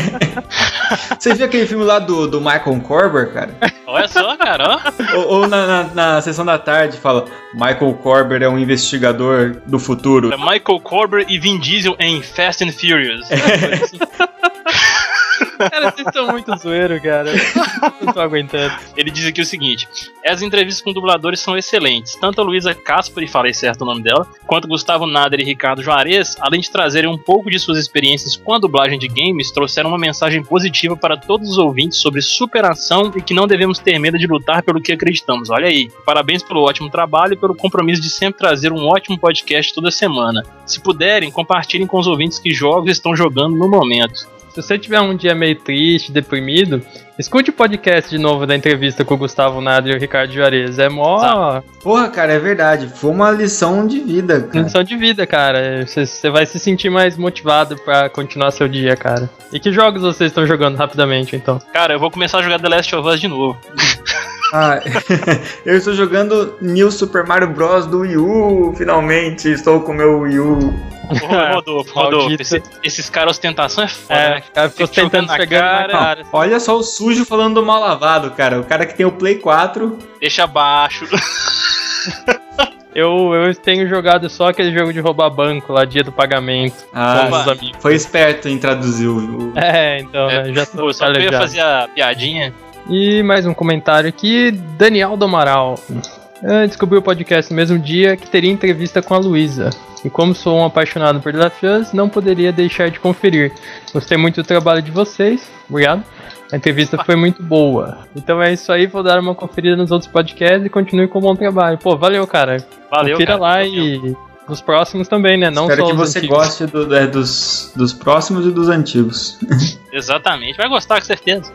Você viu aquele filme lá do, do Michael Corber, cara? Olha só, cara, ó. Ou, ou na, na, na sessão da tarde fala: Michael Corber é um investigador do futuro. É Michael Corber e Vin Diesel em Fast and Furious. É. Cara, vocês estão muito zoeiro, cara. Não tô aguentando. Ele diz aqui o seguinte: as entrevistas com dubladores são excelentes. Tanto a Luísa Caspari, falei certo o nome dela, quanto Gustavo Nader e Ricardo Juarez, além de trazerem um pouco de suas experiências com a dublagem de games, trouxeram uma mensagem positiva para todos os ouvintes sobre superação e que não devemos ter medo de lutar pelo que acreditamos. Olha aí, parabéns pelo ótimo trabalho e pelo compromisso de sempre trazer um ótimo podcast toda semana. Se puderem, compartilhem com os ouvintes que jogos estão jogando no momento. Se você tiver um dia meio triste, deprimido, escute o podcast de novo da entrevista com o Gustavo Nader e o Ricardo Juarez. É mó... Tá. Porra, cara, é verdade. Foi uma lição de vida, cara. Lição de vida, cara. Você, você vai se sentir mais motivado pra continuar seu dia, cara. E que jogos vocês estão jogando rapidamente, então? Cara, eu vou começar a jogar The Last of Us de novo. Ah, eu estou jogando New Super Mario Bros. Do Wii U, finalmente. Estou com o meu Wii U. Ô, Rodolfo, Rodolfo, esse, esses caras ostentação é foda, é, né? Cara, ficou tentando na cara. cara. Não, olha só o sujo falando do mal lavado, cara. O cara que tem o Play quatro. Deixa abaixo. Eu, eu tenho jogado só aquele jogo de roubar banco lá, dia do pagamento. Ah, com os amigos. Foi esperto em traduzir o... É, então, é, né, já tô pô, só eu ia fazer a piadinha. E mais um comentário aqui, Daniel do Amaral. Eu descobri o podcast no mesmo dia que teria entrevista com a Luísa. E como sou um apaixonado por The Last of Us, não poderia deixar de conferir. Gostei muito do trabalho de vocês. Obrigado. A entrevista foi muito boa. Então é isso aí, vou dar uma conferida nos outros podcasts e continue com o bom trabalho. Pô, valeu, cara. Valeu, Confira cara. lá Valeu. E nos próximos também, né? Não Espero só que os você antigos. goste do, é, dos, dos próximos e dos antigos. Exatamente, vai gostar com certeza.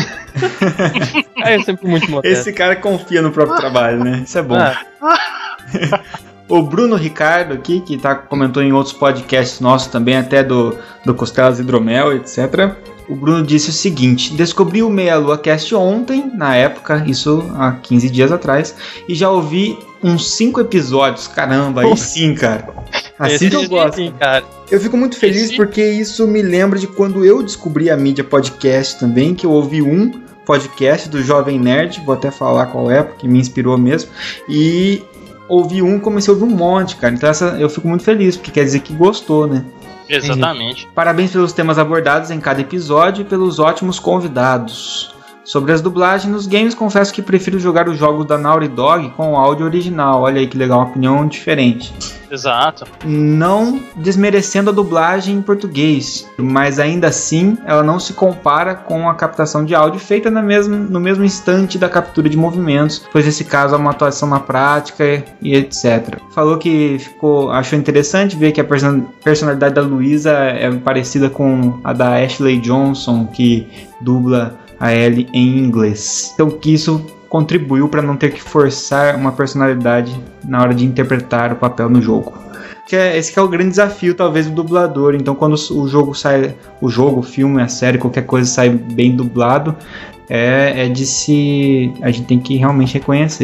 É sempre muito modesto. Esse cara confia no próprio trabalho, né? Isso é bom. Ah. O Bruno Ricardo aqui, que tá, comentou em outros podcasts nossos também, até do, do Costelas Hidromel, etcétera. O Bruno disse o seguinte: descobri o Meia Lua Cast ontem, na época, isso há quinze dias atrás, e já ouvi uns cinco episódios. Caramba, aí sim, cara. Assim Esse que eu gosto. sim, cara. Eu fico muito feliz Esse... porque isso me lembra de quando eu descobri a mídia podcast também, que eu ouvi um podcast do Jovem Nerd, vou até falar qual é, porque me inspirou mesmo, e ouvi um, comecei a ouvir um monte, cara. Então essa, eu fico muito feliz, porque quer dizer que gostou, né? Exatamente. Uhum. Parabéns pelos temas abordados em cada episódio e pelos ótimos convidados. Sobre as dublagens nos games, confesso que prefiro jogar os jogos da Naughty Dog com o áudio original. Olha aí que legal, uma opinião diferente. Exato. Não desmerecendo a dublagem em português, mas ainda assim ela não se compara com a captação de áudio feita na mesma, no mesmo instante da captura de movimentos, pois nesse caso há uma atuação na prática e etcétera. Falou que ficou, achou interessante ver que a person- personalidade da Luísa é parecida com a da Ashley Johnson, que dubla a Ellie em inglês. Então que isso contribuiu para não ter que forçar uma personalidade na hora de interpretar o papel no jogo. Que é, esse que é o grande desafio, talvez, do dublador. Então quando o jogo sai, o jogo, o filme, a série, qualquer coisa sai bem dublado, é, é de se... a gente tem que realmente reconhecer.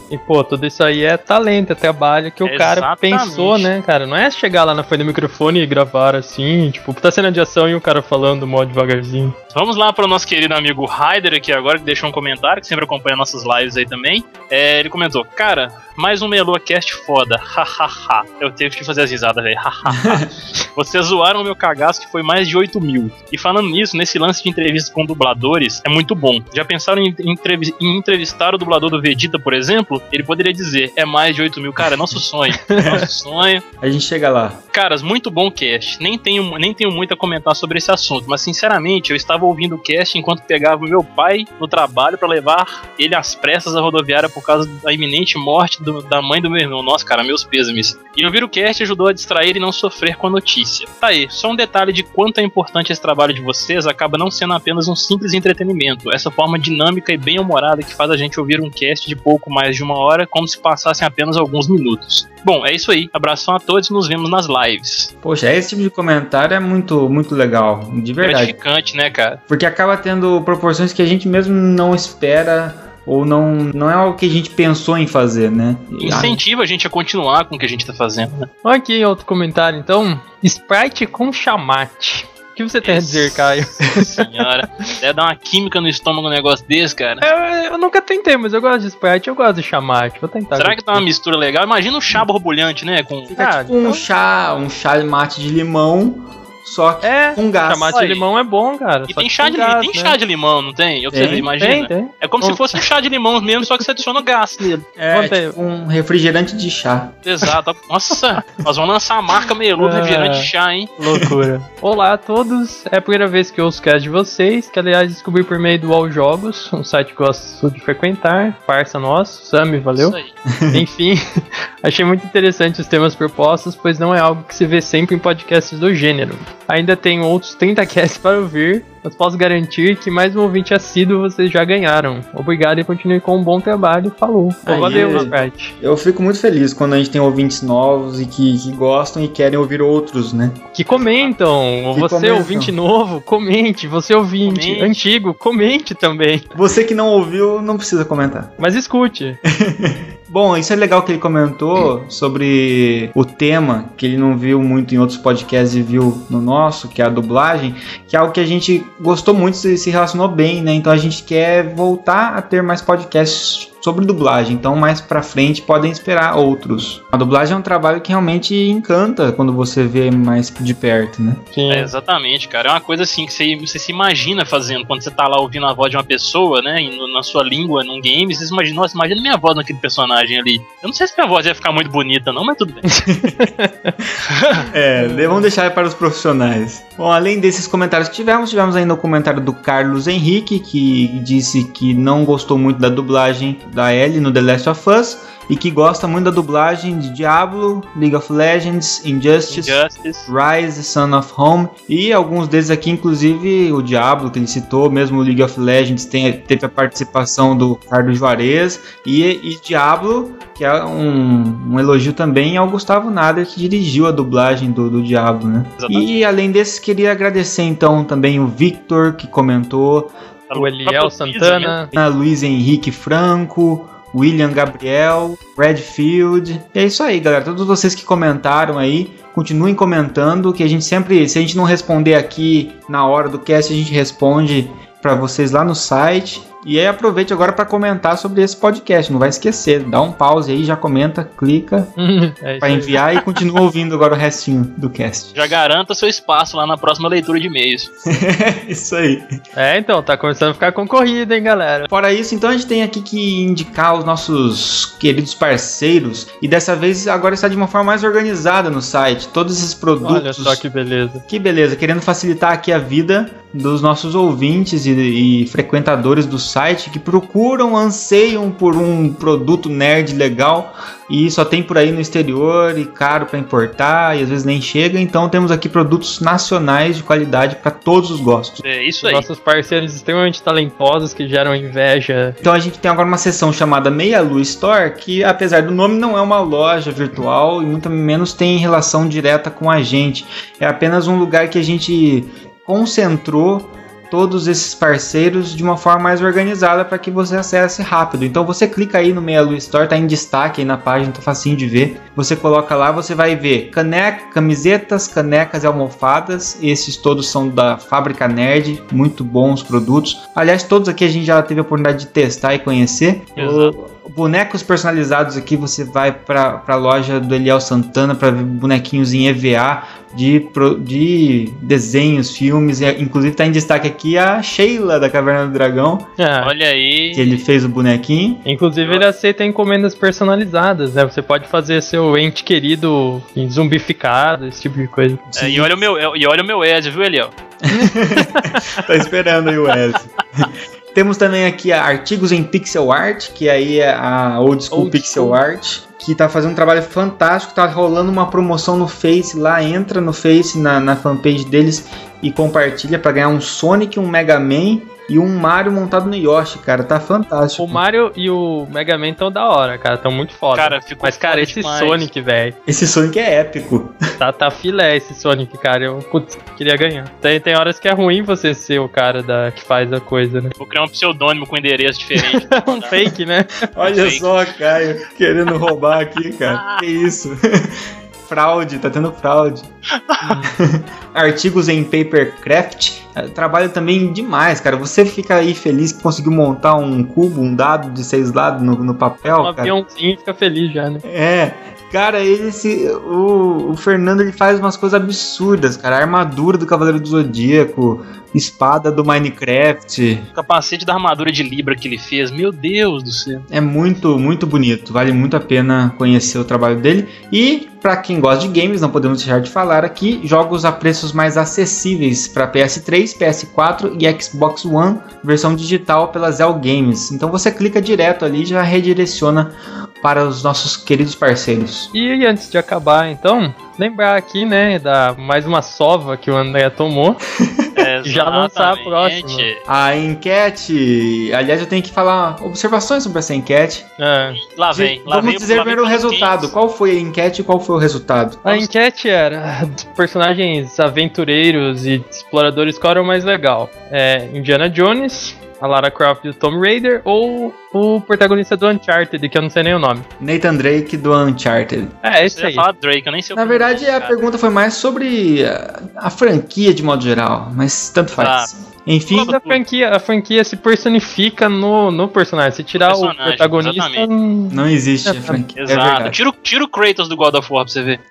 E, pô, tudo isso aí é talento, é trabalho que o cara Exatamente. pensou, né, cara? Não é chegar lá na frente do microfone e gravar assim, tipo, tá cena de ação e o cara falando mó devagarzinho. Vamos lá para o nosso querido amigo Ryder aqui agora, que deixou um comentário, que sempre acompanha nossas lives aí também. É, ele comentou, cara, mais um Melua Cast foda, hahaha. Eu tenho que fazer as risadas, velho, hahaha. Vocês zoaram o meu cagaço, que foi mais de oito mil. E falando nisso, nesse lance de entrevista com dubladores, é muito bom. Já pensaram em, entrev- em entrevistar o dublador do Vegeta, por exemplo? Ele poderia dizer, é mais de oito mil. Cara, é nosso sonho, é nosso sonho. A gente chega lá. Caras, muito bom cast. Nem tenho, nem tenho muito a comentar sobre esse assunto, mas sinceramente, eu estava ouvindo o cast enquanto pegava meu pai no trabalho para levar ele às pressas à rodoviária por causa da iminente morte do, da mãe do meu irmão. Nossa, cara, meus pêsames. E ouvir o cast ajudou a distrair e não sofrer com a notícia. Tá aí, só um detalhe de quanto é importante esse trabalho de vocês, acaba não sendo apenas um simples entretenimento. Essa forma dinâmica e bem humorada que faz a gente ouvir um cast de pouco mais de uma hora, como se passassem apenas alguns minutos. Bom, é isso aí. Abração a todos e nos vemos nas lives. Poxa, esse tipo de comentário é muito, muito legal, de verdade. Gratificante, né, cara? Porque acaba tendo proporções que a gente mesmo não espera ou não, não é algo que a gente pensou em fazer, né? Incentiva a gente a continuar com o que a gente tá fazendo, né? Aqui, outro comentário, então. Sprite com chamate. O que você tem a dizer, Caio? Senhora, deve dar uma química no estômago um negócio desse, cara. Eu, eu nunca tentei, mas eu gosto de Sprite, eu gosto de chamate. Vou tentar. Será que dá uma mistura legal? Imagina um chá borbulhante, né? Com... Fica ah, tipo então... um chá, um chá mate de limão, só que é, com gás. Chamate de limão é bom, cara. E tem, chá de, gás, tem né? chá de limão, não tem? Eu tem, imagina. Tem, tem. É como um... se fosse um chá de limão mesmo, só que você adiciona gás nele. É, tipo um refrigerante de chá. Exato. Nossa, nós vamos lançar a marca Melu é... refrigerante de chá, hein? Loucura. Olá a todos, é a primeira vez que eu ouço o cast de vocês, que aliás descobri por meio do All Jogos, um site que gosto de frequentar, parça nosso, Sami, valeu? Isso aí. Enfim, achei muito interessante os temas propostos, pois não é algo que se vê sempre em podcasts do gênero. Ainda tenho outros trinta casts para ouvir, mas posso garantir que mais um ouvinte assíduo vocês já ganharam. Obrigado e continue com um bom trabalho. Falou. Aí, valeu, Sprite. Eu fico muito feliz quando a gente tem ouvintes novos e que, que gostam e querem ouvir outros, né? Que comentam. Que você, comentam. Ouvinte novo, comente. Você, ouvinte comente. Antigo, comente também. Você que não ouviu, não precisa comentar. Mas escute. Bom, isso é legal que ele comentou sobre o tema, que ele não viu muito em outros podcasts e viu no nosso, que é a dublagem, que é algo que a gente gostou muito e se relacionou bem, né? Então a gente quer voltar a ter mais podcasts sobre dublagem, então mais pra frente podem esperar outros. A dublagem é um trabalho que realmente encanta quando você vê mais de perto, né? Sim. É, exatamente, cara. É uma coisa assim que você, você se imagina fazendo quando você tá lá ouvindo a voz de uma pessoa, né? Na sua língua, num game, você se imagina, nossa, imagina minha voz naquele personagem ali. Eu não sei se minha voz ia ficar muito bonita não, mas tudo bem. É, vamos deixar para os profissionais. Bom, além desses comentários que tivemos, tivemos ainda o comentário do Carlos Henrique, que disse que não gostou muito da dublagem da Ellie no The Last of Us e que gosta muito da dublagem de Diablo, League of Legends, Injustice, Injustice, Rise, Son of Home e alguns deles aqui, inclusive o Diablo que ele citou, mesmo o League of Legends tem, teve a participação do Carlos Juarez e, e Diablo, que é um, um elogio também ao Gustavo Nader, que dirigiu a dublagem do, do Diablo, né? Exatamente. E além desses, queria agradecer então também o Victor, que comentou, o Eliel Santana, a Luiz Henrique Franco, William Gabriel, Redfield. E é isso aí, galera. Todos vocês que comentaram aí, continuem comentando, que a gente sempre, se a gente não responder aqui na hora do cast, a gente responde para vocês lá no site. E aí aproveite agora para comentar sobre esse podcast, não vai esquecer, dá um pause aí, já comenta, clica é para enviar e continua ouvindo agora o restinho do cast. Já garanta seu espaço lá na próxima leitura de e-mails. Isso aí. É, então, tá começando a ficar concorrido, hein, galera. Fora isso, então a gente tem aqui que indicar os nossos queridos parceiros e dessa vez agora está de uma forma mais organizada no site, todos esses produtos. Olha só que beleza. Que beleza, querendo facilitar aqui a vida dos nossos ouvintes e, e frequentadores do site que procuram, anseiam por um produto nerd legal e só tem por aí no exterior e caro para importar e às vezes nem chega, então temos aqui produtos nacionais de qualidade para todos os gostos. É isso aí. Nossos parceiros extremamente talentosos que geram inveja. Então a gente tem agora uma seção chamada Meia Lua Store, que apesar do nome não é uma loja virtual e muito menos tem relação direta com a gente. É apenas um lugar que a gente concentrou todos esses parceiros de uma forma mais organizada para que você acesse rápido. Então você clica aí no Meia Lua Store, tá em destaque aí na página, tá facinho de ver. Você coloca lá, você vai ver caneca, camisetas, canecas e almofadas. Esses todos são da Fábrica Nerd, muito bons produtos. Aliás, todos aqui a gente já teve a oportunidade de testar e conhecer. Exato. Bonecos personalizados aqui, você vai para a loja do Eliel Santana para ver bonequinhos em E V A de, de desenhos, filmes. Inclusive está em destaque aqui a Sheila da Caverna do Dragão. Ah, Olha aí. Que ele fez o bonequinho. Inclusive ele aceita encomendas personalizadas, né? Você pode fazer seu ente querido zumbificado, esse tipo de coisa. É, e olha o meu, e olha o meu Ezio, viu, Eliel? Tá esperando aí o Ezio. Temos também aqui artigos em pixel art, que aí é a Old School Old Pixel School. Art, que tá fazendo um trabalho fantástico, tá rolando uma promoção no Face lá, entra no Face, na, na fanpage deles e compartilha para ganhar um Sonic, um Mega Man e um Mario montado no Yoshi, cara, tá fantástico. O Mario e o Mega Man tão da hora, cara, tão muito foda. Cara, ficou Mas, cara, esse demais. Sonic, velho. Esse Sonic é épico. Tá, tá filé esse Sonic, cara. Eu, putz, queria ganhar. Tem, tem horas que é ruim você ser o cara da, que faz a coisa, né? Vou criar um pseudônimo com endereço diferente. Um fake, né? Olha fake. só, Caio, querendo roubar aqui, cara. Que isso? Fraude, tá tendo fraude. Artigos em Papercraft. Trabalho também demais, cara. Você fica aí feliz que conseguiu montar um cubo, um dado de seis lados no, no papel, Um cara. aviãozinho fica feliz já, né? É, cara, ele se, o, o Fernando ele faz umas coisas absurdas, cara. A armadura do Cavaleiro do Zodíaco, espada do Minecraft. O capacete da armadura de Libra que ele fez, meu Deus do céu. É muito, muito bonito. Vale muito a pena conhecer o trabalho dele. E, pra quem gosta de games, não podemos deixar de falar aqui, jogos a preços mais acessíveis para P S três, P S quatro e Xbox One, versão digital pela Zell Games. Então você clica direto ali e já redireciona para os nossos queridos parceiros. E antes de acabar, então, lembrar aqui, né, da mais uma sova que o André tomou. É, já lançar a próxima. A enquete, aliás, eu tenho que falar observações sobre essa enquete. É. Lá vem, lá Vamos vem, dizer lá primeiro o vem resultado. quentes. Qual foi a enquete e qual foi o resultado? A enquete era personagens aventureiros e exploradores, qual era o mais legal? É, Indiana Jones, a Lara Croft do Tomb Raider ou o protagonista do Uncharted, que eu não sei nem o nome. Nathan Drake do Uncharted. É, esse Você aí. ia falar Drake, eu nem sei o Na que verdade, é, a pergunta foi mais sobre a, a franquia de modo geral, mas tanto faz. Ah. Enfim, Mas a franquia, a franquia se personifica no, no personagem. Se tirar o Personagem, protagonista, exatamente. não- não existe É, a franquia. É Exato. verdade. tira, o- tira o Kratos do God of War pra você ver.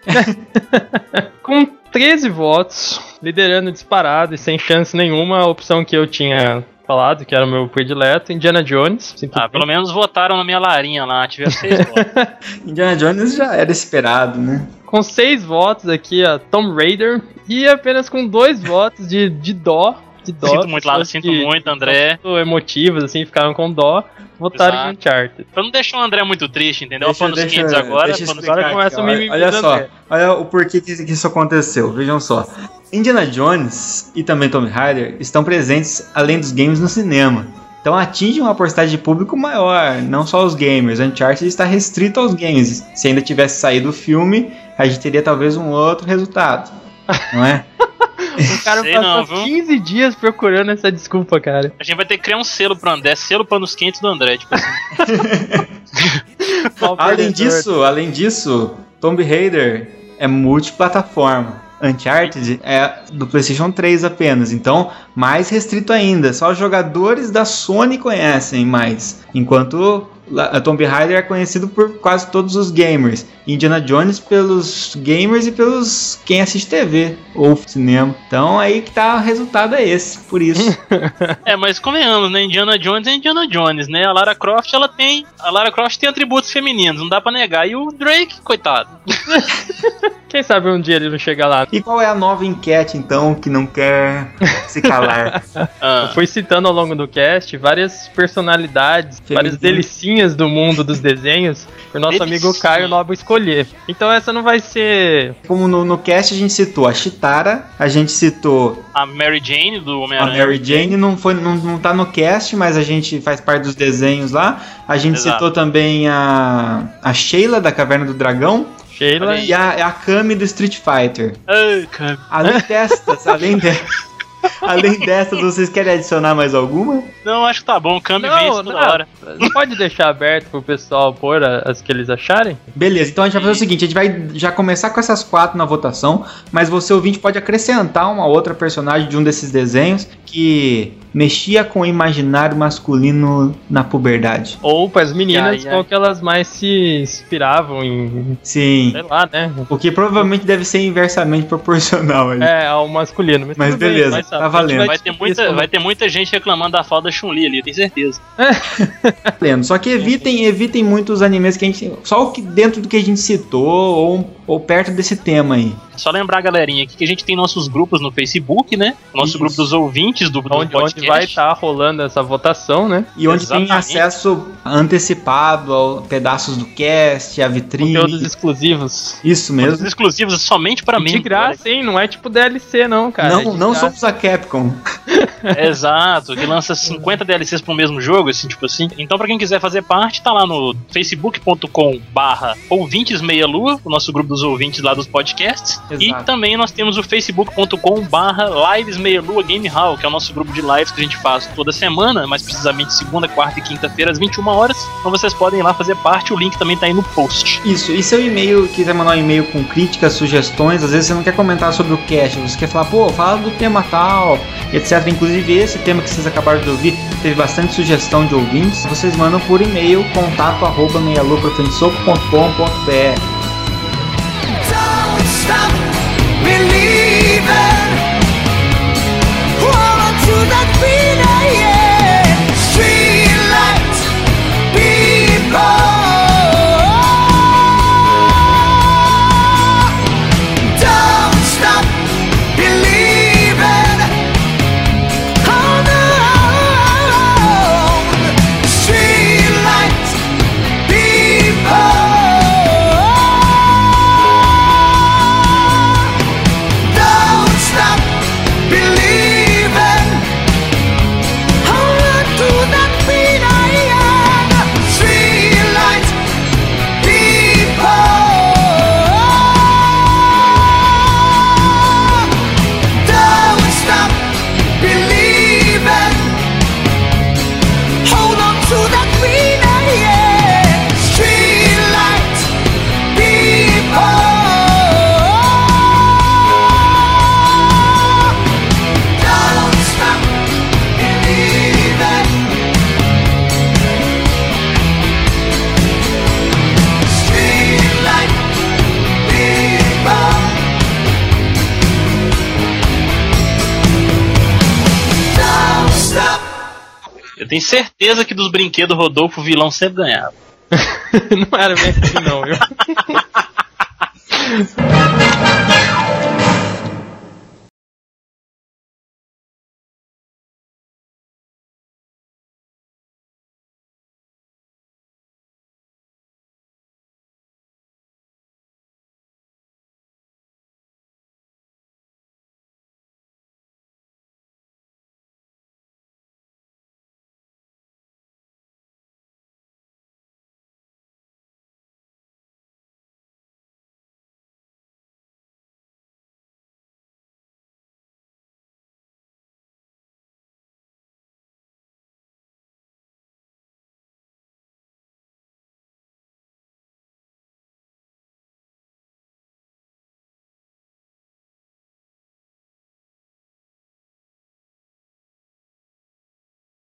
com treze votos, liderando disparado e sem chance nenhuma, a opção que eu tinha falado, que era o meu predileto, Indiana Jones. Ah, pelo menos votaram na minha Larinha lá, tiveram seis votos. Indiana Jones já era esperado, né? Com seis votos aqui, a Tomb Raider. E apenas com dois votos de, de dó. De dó. Sinto muito, Lara, pessoas sinto que muito, André. são muito emotivas, assim, ficaram com dó. Votaram em Exato. Uncharted. Pra não deixar o André muito triste, entendeu? Deixa- Panos deixa- quentes agora. deixa eu panos- explicar agora começa aqui, o ó. mimimi Olha do só, André. olha o porquê que, que isso aconteceu. Vejam só. Indiana Jones e também Tomb Raider estão presentes além dos games no cinema. Então atinge uma porcentagem de público maior, não só os gamers. Uncharted está restrito aos games. Se ainda tivesse saído o filme, a gente teria talvez um outro resultado, não é? O cara Sei passou não, viu? quinze dias procurando essa desculpa, cara. A gente vai ter que criar um selo pro André, selo panos quentes do André, tipo assim. Além disso, além disso, Tomb Raider é multiplataforma. Uncharted é do PlayStation três apenas, então mais restrito ainda. Só os jogadores da Sony conhecem mais, enquanto a Tomb Raider é conhecido por quase todos os gamers. Indiana Jones pelos gamers e pelos quem assiste T V ou cinema. Então aí que tá o resultado é esse, por isso. É, mas convenhamos, né? Indiana Jones é Indiana Jones, né? A Lara Croft, ela tem. A Lara Croft tem atributos femininos, não dá pra negar. E o Drake, coitado. Quem sabe um dia ele não chega lá. E qual é a nova enquete então que não quer se calar? Eu fui citando ao longo do cast várias personalidades, várias delicinhas do mundo dos desenhos, pro nosso amigo Caio Nobre escolher. Então essa não vai ser... Como no, no cast a gente citou a Chitara, a gente citou A Mary Jane do a Homem-Aranha. Mary Jane, não, foi, não, não tá no cast, mas a gente faz parte dos desenhos lá. A gente Exato. citou também a, a Sheila da Caverna do Dragão. Sheila. E a, a Kami do Street Fighter. Ai, cara. Além destas, além de... Além dessas, vocês querem adicionar mais alguma? Não, acho que tá bom, o câmbio Não, vem isso toda não. hora. Não pode deixar aberto pro pessoal pôr a- as que eles acharem? Beleza, então a gente vai fazer o seguinte, a gente vai já começar com essas quatro na votação, mas você ouvinte pode acrescentar uma outra personagem de um desses desenhos que mexia com o imaginário masculino na puberdade. Ou para as meninas, Ai, ai. qual que elas mais se inspiravam em, Sim, sei lá, né? o que provavelmente deve ser inversamente proporcional aí. É, ao masculino. Mas, Mas tudo bem, beleza, vai saber. tá valendo. Vai ter, muita, vai ter muita gente reclamando da falda da Chun-Li ali, eu tenho certeza. Lendo. Só que evitem, evitem muito os animes que a gente. Só o que dentro do que a gente citou ou, ou perto desse tema aí. Só lembrar, galerinha, aqui que a gente tem nossos grupos no Facebook, né? Nosso Isso. grupo dos ouvintes do, do Onde, podcast. onde vai estar rolando essa votação, né? E onde tem Exatamente. acesso antecipado a pedaços do cast, a vitrine. Conteúdos exclusivos. Isso Os mesmo. exclusivos somente para mim. De graça, hein? Não é tipo D L C, não, cara. não É de não graça. somos a Capcom. Exato, que lança cinquenta D L Cs pro mesmo jogo, assim, tipo assim. Então, pra quem quiser fazer parte, tá lá no facebook.com barra ouvintes meia lua, o nosso grupo dos ouvintes lá dos podcasts. Exato. E também nós temos o facebook.com barra lives meia lua game hall, que é o nosso grupo de lives que a gente faz toda semana, mais precisamente segunda, quarta e quinta-feira, às vinte e uma horas. Então vocês podem ir lá fazer parte, o link também tá aí no post. Isso, e seu e-mail, quiser mandar um e-mail com críticas, sugestões, às vezes você não quer comentar sobre o cast, você quer falar, pô, fala do tema tal, etcétera. Inclusive esse tema que vocês acabaram de ouvir teve bastante sugestão de ouvintes. Vocês mandam por e-mail contato arroba meia lua pra frente soco ponto com ponto b r. Don't stop believing. Hold on to that feeling, yeah. Street lights, people. Don't stop believing. Hold on. Street lights, people. Don't stop believing. Hold on to that feeling. Street lights, people. Don't stop believing. Hold on to that feeling. Street lights, people. Don't stop believing. Street light people. Don't stop. Eu tenho certeza que dos brinquedos Rodolfo o vilão sempre ganhava. Não era bem assim, não, viu?